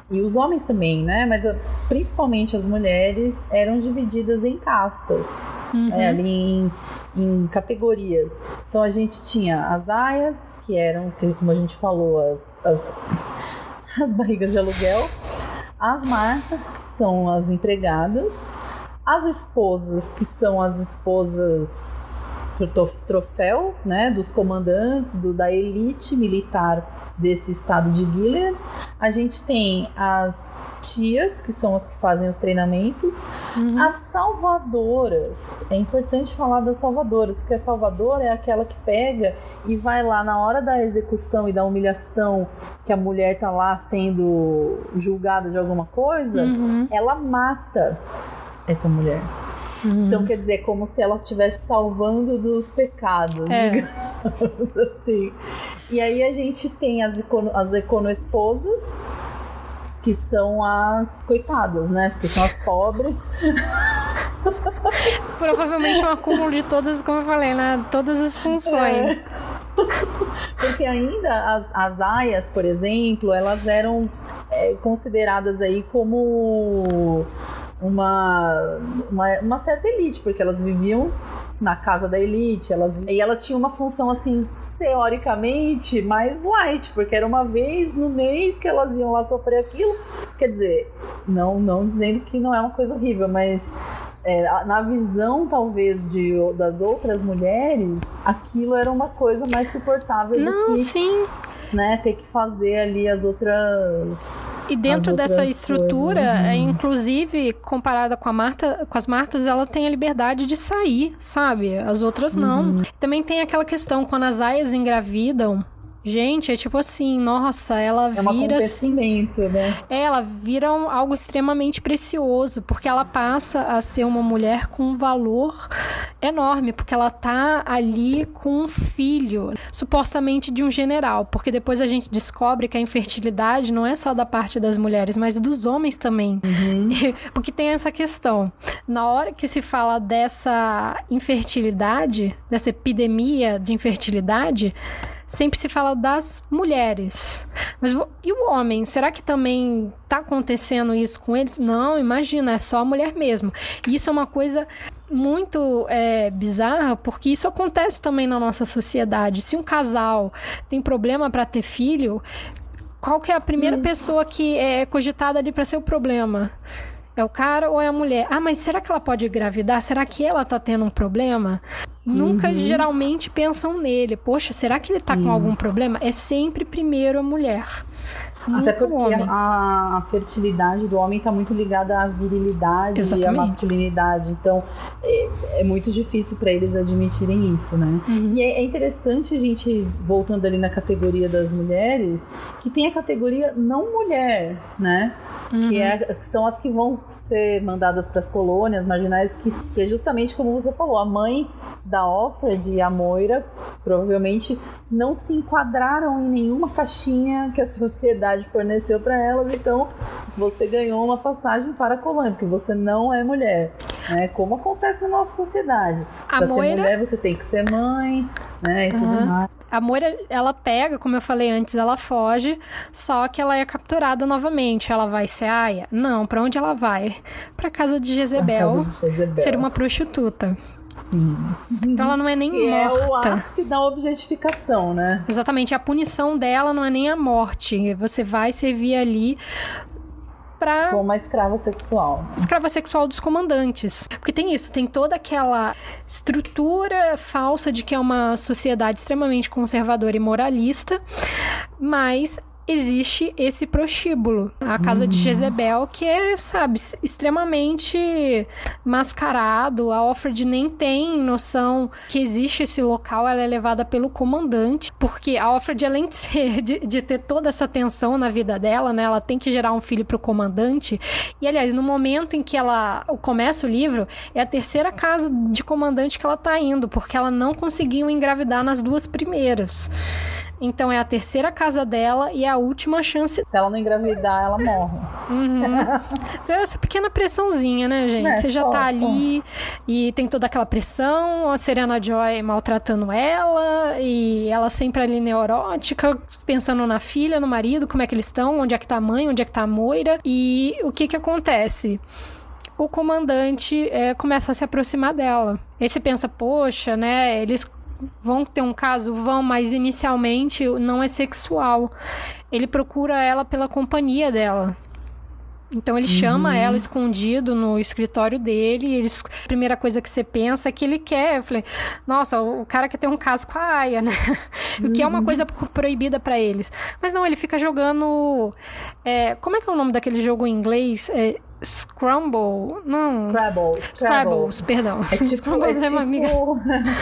e os homens também, né? Mas principalmente as mulheres eram divididas em castas, uhum. né? Ali em, em categorias. Então a gente tinha as aias, que eram, como a gente falou, as, as, as barrigas de aluguel, as marcas, que são as empregadas, as esposas, que são as esposas troféu, né, dos comandantes, do, da elite militar desse estado de Gilead. A gente tem as tias, que são as que fazem os treinamentos, uhum. as salvadoras. É importante falar das salvadoras, porque a salvadora é aquela que pega e vai lá na hora da execução e da humilhação, que a mulher tá lá sendo julgada de alguma coisa, uhum. ela mata essa mulher. Uhum. Então, quer dizer, como se ela estivesse salvando dos pecados, é. digamos assim. E aí a gente tem as, econo, as econo-esposas, que são as coitadas, né? Porque são as pobres. Provavelmente é um acúmulo de todas, como eu falei, né? Todas as funções. É. Porque ainda as, as aias, por exemplo, elas eram é, consideradas aí como... Uma, uma, uma certa elite, porque elas viviam na casa da elite, elas, e elas tinham uma função assim, teoricamente, mais light, porque era uma vez no mês que elas iam lá sofrer aquilo. Quer dizer, não, não dizendo que não é uma coisa horrível, mas é, na visão talvez de, das outras mulheres, aquilo era uma coisa mais suportável não, do que sim. né, ter que fazer ali as outras... E dentro dessa estrutura, uhum. inclusive, comparada com, a Marta, com as Martas, ela tem a liberdade de sair, sabe? As outras não. Uhum. Também tem aquela questão, quando as aias engravidam, gente, é tipo assim, nossa, ela vira... É um acontecimento, assim, né? É, ela vira um, algo extremamente precioso, porque ela passa a ser uma mulher com um valor enorme, porque ela tá ali com um filho, supostamente de um general, porque depois a gente descobre que a infertilidade não é só da parte das mulheres, mas dos homens também. Uhum. Porque tem essa questão, na hora que se fala dessa infertilidade, dessa epidemia de infertilidade, sempre se fala das mulheres. Mas e o homem? Será que também tá acontecendo isso com eles? Não, imagina, é só a mulher mesmo. E isso é uma coisa muito é, bizarra, porque isso acontece também na nossa sociedade. Se um casal tem problema para ter filho, qual que é a primeira hum. pessoa que é cogitada ali para ser o problema? É o cara ou é a mulher? Ah, mas será que ela pode engravidar? Será que ela tá tendo um problema? Uhum. Nunca geralmente pensam nele. Poxa, será que ele tá Sim. com algum problema? É sempre primeiro a mulher. Até porque a, a fertilidade do homem está muito ligada à virilidade Exatamente. E à masculinidade. Então, é, é muito difícil para eles admitirem isso, né? Uhum. E é, é interessante a gente, voltando ali na categoria das mulheres, que tem a categoria não mulher, né? Uhum. Que, é, que são as que vão ser mandadas para as colônias marginais, que, que é justamente como você falou, a mãe da Offred e a Moira provavelmente não se enquadraram em nenhuma caixinha que a sociedade forneceu para elas, então você ganhou uma passagem para a colônia, porque você não é mulher, né? Como acontece na nossa sociedade. Para Moira... ser mulher, você tem que ser mãe, né? E tudo uhum. mais. A Moira, ela pega, como eu falei antes, ela foge, só que ela é capturada novamente. Ela vai ser aia? Não, para onde ela vai? Para casa de Jezebel, casa de Jezebel. Ser uma prostituta. Sim. Então ela não é nem que morta. É o ápice da objetificação, né? Exatamente, a punição dela não é nem a morte. Você vai servir ali pra... como uma escrava sexual. Escrava sexual dos comandantes. Porque tem isso, tem toda aquela estrutura falsa de que é uma sociedade extremamente conservadora e moralista, mas existe esse prostíbulo, a casa uhum. de Jezebel, que é, sabe, extremamente mascarado. A Offred nem tem noção que existe esse local, ela é levada pelo comandante, porque a Offred, além de, ser, de, de ter toda essa tensão na vida dela, né, ela tem que gerar um filho pro comandante, e aliás, no momento em que ela começa o livro, é a terceira casa de comandante que ela tá indo, porque ela não conseguiu engravidar nas duas primeiras. Então é a terceira casa dela e é a última chance. Se ela não engravidar, ela morre. Uhum. Então, essa pequena pressãozinha, né, gente? É, Você já só, tá ali só. E tem toda aquela pressão, a Serena Joy maltratando ela, e ela sempre ali neurótica, pensando na filha, no marido, como é que eles estão, onde é que tá a mãe, onde é que tá a Moira. E o que que acontece? O comandante é, começa a se aproximar dela. Aí você pensa, poxa, né, eles vão ter um caso? Vão, mas inicialmente não é sexual. Ele procura ela pela companhia dela. Então ele uhum. chama ela escondido no escritório dele, e eles, a primeira coisa que você pensa é que ele quer. Eu falei, nossa, o cara quer ter um caso com a Aya, né? Uhum. O que é uma coisa proibida pra eles. Mas não, ele fica jogando... É, como é que é o nome daquele jogo em inglês? É, Scramble? Não. Scrabble. Scrabbles, perdão. É tipo, é, é, uma amiga. tipo,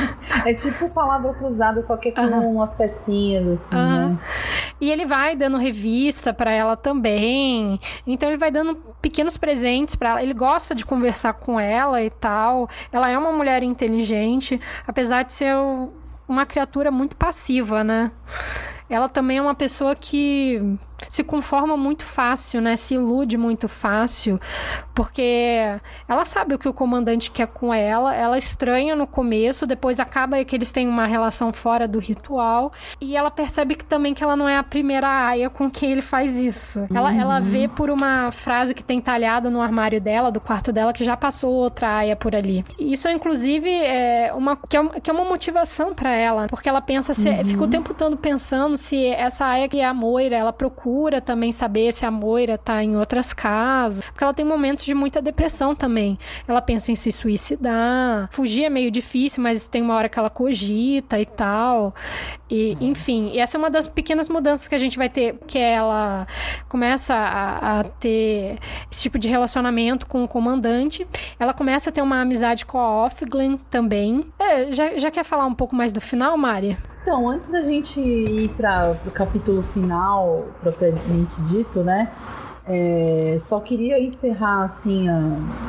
é tipo palavra cruzada, só que é com uh-huh. umas pecinhas, assim, uh-huh. né? E ele vai dando revista pra ela também. Então ele vai dando pequenos presentes pra ela. Ele gosta de conversar com ela e tal. Ela é uma mulher inteligente, apesar de ser uma criatura muito passiva, né? Ela também é uma pessoa que se conforma muito fácil, né? Se ilude muito fácil, porque ela sabe o que o comandante quer com ela, ela estranha no começo, depois acaba que eles têm uma relação fora do ritual, e ela percebe que também que ela não é a primeira Aya com quem ele faz isso. Uhum. Ela, ela vê por uma frase que tem talhada no armário dela, do quarto dela, que já passou outra Aya por ali. Isso, inclusive, é uma, que, é, que é uma motivação pra ela, porque ela pensa, se, uhum. fica o tempo todo pensando se essa Aya que é a Moira, ela procura também saber se a Moira tá em outras casas, porque ela tem momentos de muita depressão também. Ela pensa em se suicidar, fugir é meio difícil, mas tem uma hora que ela cogita e tal, e, enfim, e essa é uma das pequenas mudanças que a gente vai ter, que ela começa a, a ter esse tipo de relacionamento com o comandante, ela começa a ter uma amizade com a Offglen também. É, já, já quer falar um pouco mais do final, Mari? Então, antes da gente ir para o capítulo final, propriamente dito, né? É, só queria encerrar, assim, a,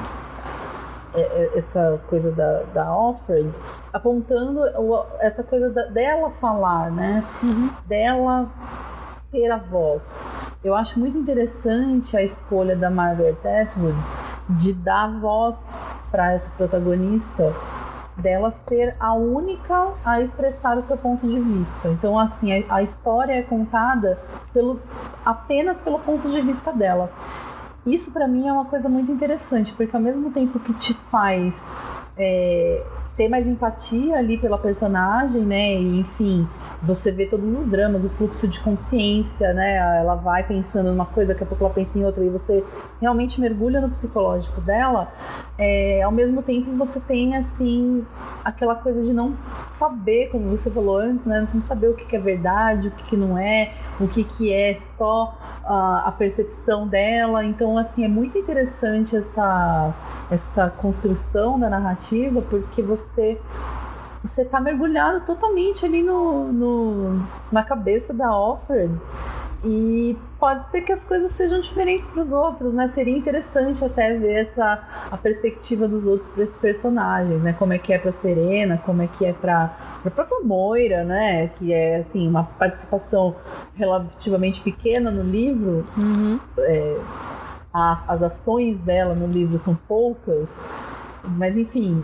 a, essa coisa da, da Offred, apontando o, essa coisa da, dela falar, né? Uhum. Dela ter a voz. Eu acho muito interessante a escolha da Margaret Atwood de dar voz para essa protagonista, dela ser a única a expressar o seu ponto de vista. Então, assim, a, a história é contada pelo, apenas pelo ponto de vista dela. Isso, pra mim, é uma coisa muito interessante, porque ao mesmo tempo que te faz é, ter mais empatia ali pela personagem, né, e, enfim, você vê todos os dramas, o fluxo de consciência, né, ela vai pensando numa coisa, daqui a pouco ela pensa em outra, e você realmente mergulha no psicológico dela. É, ao mesmo tempo você tem, assim, aquela coisa de não saber, como você falou antes, né, não saber o que, que é verdade, o que, que não é, o que, que é só a, a percepção dela. Então, assim, é muito interessante essa, essa construção da narrativa, porque você você tá mergulhado totalmente ali no, no, na cabeça da Offred, e pode ser que as coisas sejam diferentes para os outros, né? Seria interessante até ver essa, a perspectiva dos outros personagens, né? Como é que é para Serena, como é que é para a própria Moira, né? Que é, assim, uma participação relativamente pequena no livro. Uhum. É, as, as ações dela no livro são poucas, mas enfim.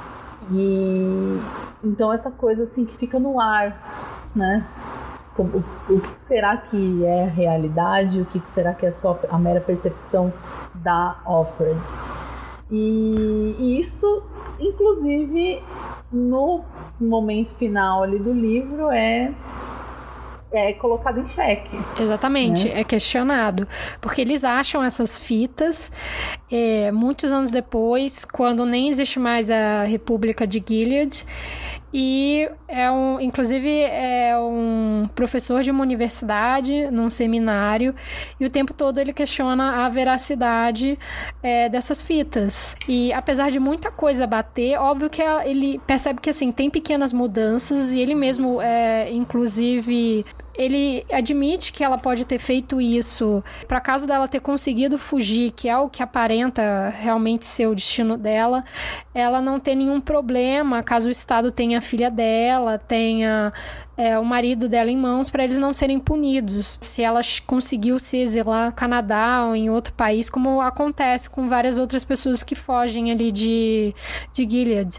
E então essa coisa, assim, que fica no ar, né? O, o que será que é a realidade, o que será que é só a mera percepção da Offred. E, e isso, inclusive, no momento final ali do livro é, é colocado em xeque. Exatamente, né? É questionado, porque eles acham essas fitas é, muitos anos depois, quando nem existe mais a República de Gilead. E é um, inclusive é um professor de uma universidade, num seminário, e o tempo todo ele questiona a veracidade é, dessas fitas. E apesar de muita coisa bater, óbvio que ele percebe que, assim, tem pequenas mudanças, e ele mesmo, é, inclusive, ele admite que ela pode ter feito isso para caso dela ter conseguido fugir, que é o que aparenta realmente ser o destino dela, ela não ter nenhum problema caso o Estado tenha a filha dela, tenha é, o marido dela em mãos, para eles não serem punidos. Se ela conseguiu se exilar no Canadá ou em outro país, como acontece com várias outras pessoas que fogem ali de, de Gilead.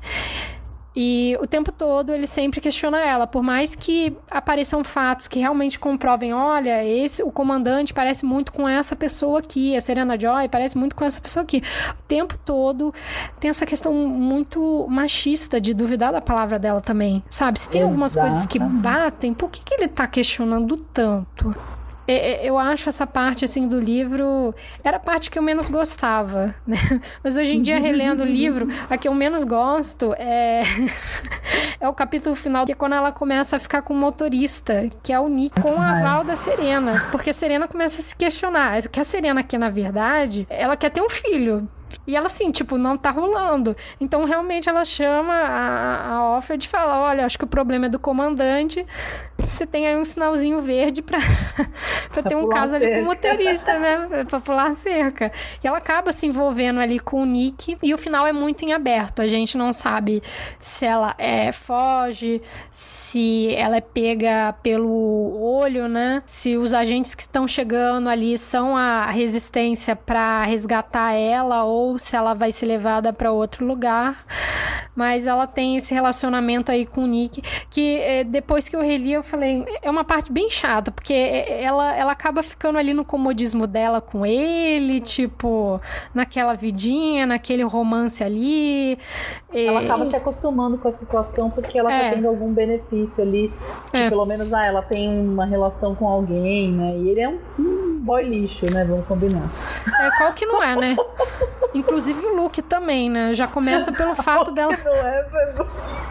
E o tempo todo ele sempre questiona ela, por mais que apareçam fatos que realmente comprovem, olha, esse, o comandante parece muito com essa pessoa aqui, a Serena Joy parece muito com essa pessoa aqui. O tempo todo tem essa questão muito machista de duvidar da palavra dela também, sabe? Se tem algumas coisas que batem, por que, que ele tá questionando tanto? Eu acho essa parte, assim, do livro... Era a parte que eu menos gostava, né? Mas hoje em dia, relendo o livro, a que eu menos gosto é... é o capítulo final, que é quando ela começa a ficar com o motorista, que é o Nick, com o aval da Serena. Porque a Serena começa a se questionar. Que a Serena aqui, na verdade, ela quer ter um filho. E ela, assim, tipo, não tá rolando. Então, realmente, ela chama a, a Offred e fala, olha, acho que o problema é do comandante. Você tem aí um sinalzinho verde pra, pra ter um caso ali com o motorista, né? Pra pular a cerca. E ela acaba se envolvendo ali com o Nick. E o final é muito em aberto. A gente não sabe se ela é, foge, se ela é pega pelo olho, né? Se os agentes que estão chegando ali são a resistência pra resgatar ela ou se ela vai ser levada para outro lugar. Mas ela tem esse relacionamento aí com o Nick, que eh, depois que eu reli, eu falei, é uma parte bem chata, porque ela, ela acaba ficando ali no comodismo dela com ele, tipo, naquela vidinha, naquele romance ali. Ela e... acaba se acostumando com a situação, porque ela é. tá tendo algum benefício ali, que é. pelo menos ah, ela tem uma relação com alguém, né? E ele é um, um boy lixo, né? Vamos combinar. É, qual que não é, né? Inclusive o Luke também, né? Já começa pelo fato dela... Não é, mas...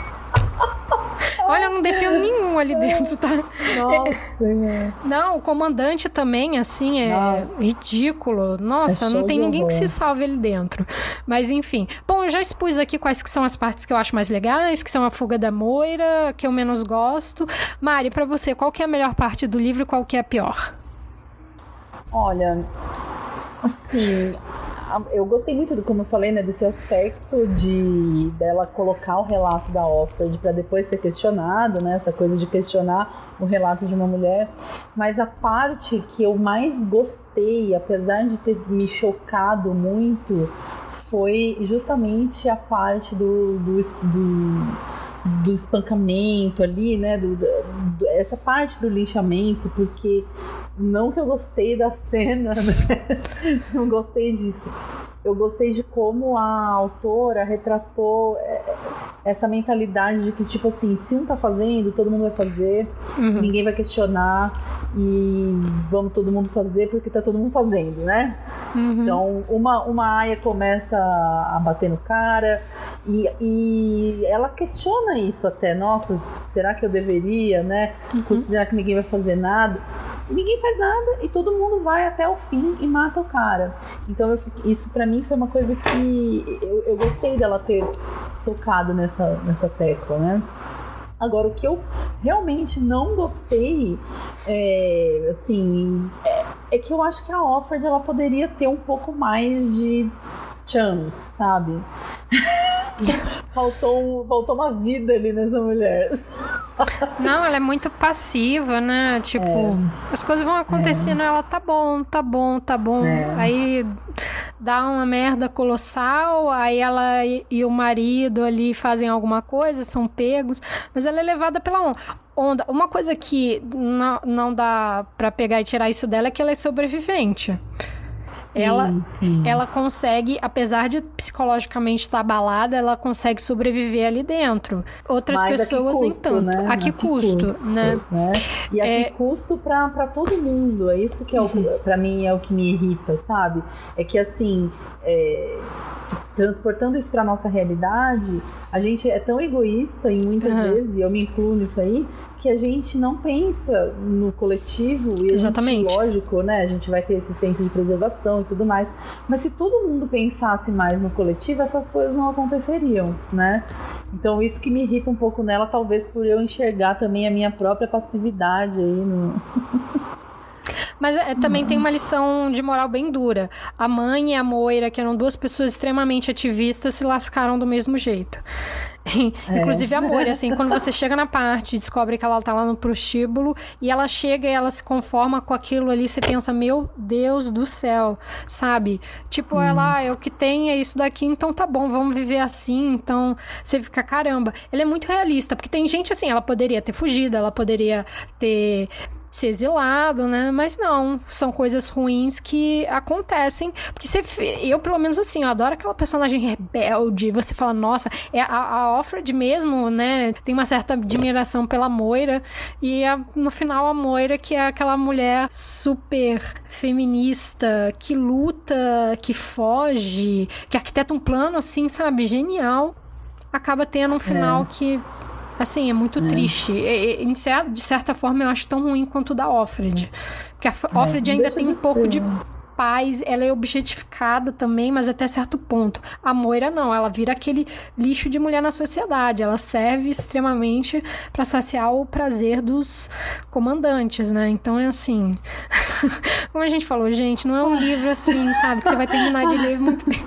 Olha, eu não defendo nenhum ali dentro, tá? Nossa, é. Não, o comandante também, assim, é Nossa. ridículo. Nossa, é não tem ninguém que se salve ali dentro. Mas, enfim. Bom, eu já expus aqui quais que são as partes que eu acho mais legais, que são a fuga da Moira, que eu menos gosto. Mari, pra você, qual que é a melhor parte do livro e qual que é a pior? Olha, assim... Eu gostei muito do, como eu falei, né, desse aspecto de dela colocar o relato da Offred para depois ser questionado, né, essa coisa de questionar o relato de uma mulher. Mas a parte que eu mais gostei, apesar de ter me chocado muito, foi justamente a parte do, do, do, do espancamento ali, né, do, do, essa parte do linchamento, porque não que eu gostei da cena, né? Não gostei disso. Eu gostei de como a autora retratou essa mentalidade de que, tipo assim, se um tá fazendo, todo mundo vai fazer, uhum. ninguém vai questionar e vamos todo mundo fazer porque tá todo mundo fazendo, né? Uhum. Então, uma, uma aia começa a bater no cara e, e ela questiona isso até. Nossa, será que eu deveria, né? Uhum. Será que ninguém vai fazer nada? Ninguém faz nada e todo mundo vai até o fim e mata o cara. Então eu, isso pra mim foi uma coisa que eu, eu gostei dela ter tocado nessa, nessa tecla, né? Agora, o que eu realmente não gostei é, assim, é, é que eu acho que a Offred ela poderia ter um pouco mais de tchan, sabe? faltou, faltou uma vida ali nessa mulher. Não, ela é muito passiva, né? Tipo, é. as coisas vão acontecendo, é. ela tá bom, tá bom, tá bom. É. Aí dá uma merda colossal, aí ela e, e o marido ali fazem alguma coisa, são pegos, mas ela é levada pela onda. Uma coisa que não, não dá pra pegar e tirar isso dela é que ela é sobrevivente. Sim, ela, sim. ela consegue, apesar de psicologicamente estar abalada, ela consegue sobreviver ali dentro. Outras Mas pessoas custo, nem tanto. Né? A que a custo, que custo, né? né? E a é... que custo pra, pra todo mundo. É isso que é o, uhum. pra mim é o que me irrita, sabe? É que assim, é... transportando isso para nossa realidade, a gente é tão egoísta e muitas uhum. vezes, e eu me incluo nisso aí, que a gente não pensa no coletivo. E Exatamente. A gente, lógico, né? A gente vai ter esse senso de preservação e tudo mais. Mas se todo mundo pensasse mais no coletivo, essas coisas não aconteceriam, né? Então isso que me irrita um pouco nela, talvez por eu enxergar também a minha própria passividade aí no... Mas é, também tem uma lição de moral bem dura. A mãe e a Moira, que eram duas pessoas extremamente ativistas, se lascaram do mesmo jeito. É. Inclusive a Moira, assim, quando você chega na parte e descobre que ela tá lá no prostíbulo, e ela chega e ela se conforma com aquilo ali, você pensa, meu Deus do céu, sabe? Tipo, Sim. ela, ah, é o que tem, é isso daqui, então tá bom, vamos viver assim. Então você fica, caramba. Ela é muito realista, porque tem gente assim, ela poderia ter fugido, ela poderia ter... ser exilado, né? Mas não, são coisas ruins que acontecem, porque você, eu pelo menos assim, eu adoro aquela personagem rebelde, você fala, nossa, é a, a Offred mesmo, né? Tem uma certa admiração pela Moira, e a, no final a Moira, que é aquela mulher super feminista, que luta, que foge, que arquiteta um plano assim, sabe? Genial. Acaba tendo um final é. que... Assim, é muito é. triste. E, e, de certa forma, eu acho tão ruim quanto o da Offred. Porque a é, Offred ainda tem um pouco ser. de paz. Ela é objetificada também, mas até certo ponto. A Moira não. Ela vira aquele lixo de mulher na sociedade. Ela serve extremamente para saciar o prazer dos comandantes, né? Então, é assim... Como a gente falou, gente, não é um livro assim, sabe? Que você vai terminar de ler muito bem.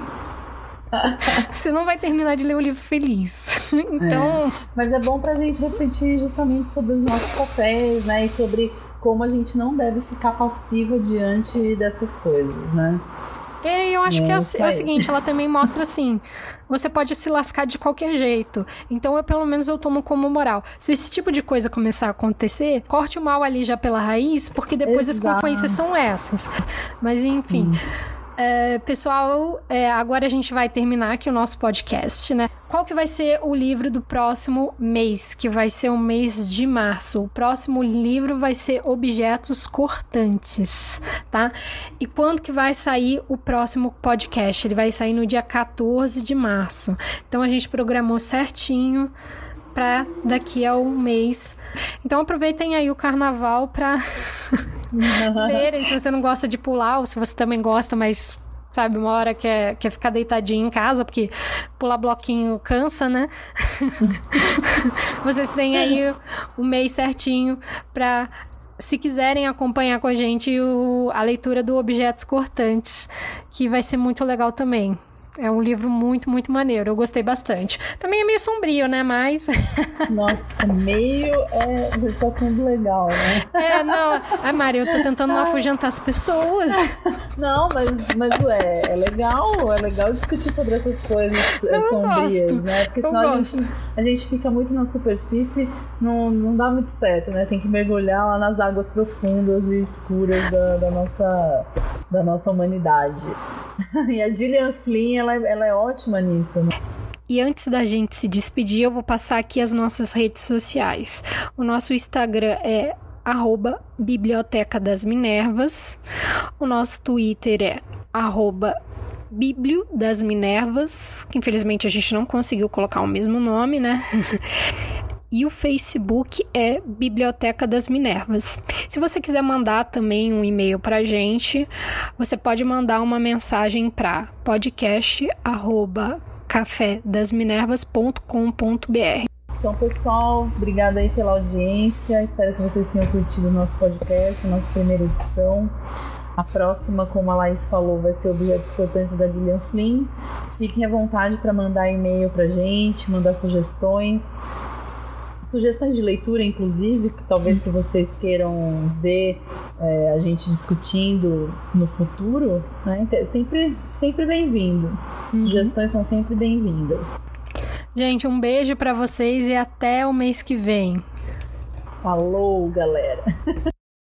Você não vai terminar de ler o livro feliz. Então... É. Mas é bom pra gente refletir justamente sobre os nossos papéis, né? E sobre como a gente não deve ficar passiva diante dessas coisas, né? E eu acho é, que é, é o seguinte, ela também mostra assim, você pode se lascar de qualquer jeito. Então, eu pelo menos eu tomo como moral. Se esse tipo de coisa começar a acontecer, corte o mal ali já pela raiz, porque depois Exato. as consequências são essas. Mas, enfim... Sim. É, pessoal, é, agora a gente vai terminar aqui o nosso podcast, né? Qual que vai ser o livro do próximo mês? Que vai ser o mês de março. O próximo livro vai ser Objetos Cortantes, tá? E quando que vai sair o próximo podcast? Ele vai sair no dia quatorze de março. Então a gente programou certinho para daqui a um mês. Então aproveitem aí o carnaval para lerem, se você não gosta de pular, ou se você também gosta, mas sabe, uma hora quer, quer ficar deitadinho em casa, porque pular bloquinho cansa, né? Vocês têm aí o mês certinho para, se quiserem acompanhar com a gente, o, a leitura do Objetos Cortantes, que vai ser muito legal também. É um livro muito, muito maneiro. Eu gostei bastante. Também é meio sombrio, né? Mas... Nossa, meio... É... Tá sendo legal, né? É, não... Ai, Mari, eu tô tentando não afugentar as pessoas. Não, mas, mas ué, é legal. É legal discutir sobre essas coisas é, sombrias, gosto. né? Porque senão a gente, a gente fica muito na superfície, não, não dá muito certo, né? Tem que mergulhar lá nas águas profundas e escuras da, da, nossa, da nossa humanidade. E a Gillian Flynn, ela é, ela é ótima nisso, né? E antes da gente se despedir, eu vou passar aqui as nossas redes sociais. O nosso Instagram é arroba Biblioteca das Minervas. O nosso Twitter é arroba Biblio das Minervas, que infelizmente a gente não conseguiu colocar o mesmo nome, né? E o Facebook é Biblioteca das Minervas. Se você quiser mandar também um e-mail pra gente, você pode mandar uma mensagem para podcast arroba café das minervas ponto com ponto b r. Então, pessoal, obrigada aí pela audiência. Espero que vocês tenham curtido o nosso podcast, a nossa primeira edição. A próxima, como a Laís falou, vai ser Objetos Cortantes da Gillian Flynn. Fiquem à vontade para mandar e-mail pra gente, mandar sugestões. Sugestões de leitura, inclusive, que talvez se vocês queiram ver é, a gente discutindo no futuro, né, sempre, sempre bem-vindo. Uhum. Sugestões são sempre bem-vindas. Gente, um beijo pra vocês e até o mês que vem. Falou, galera!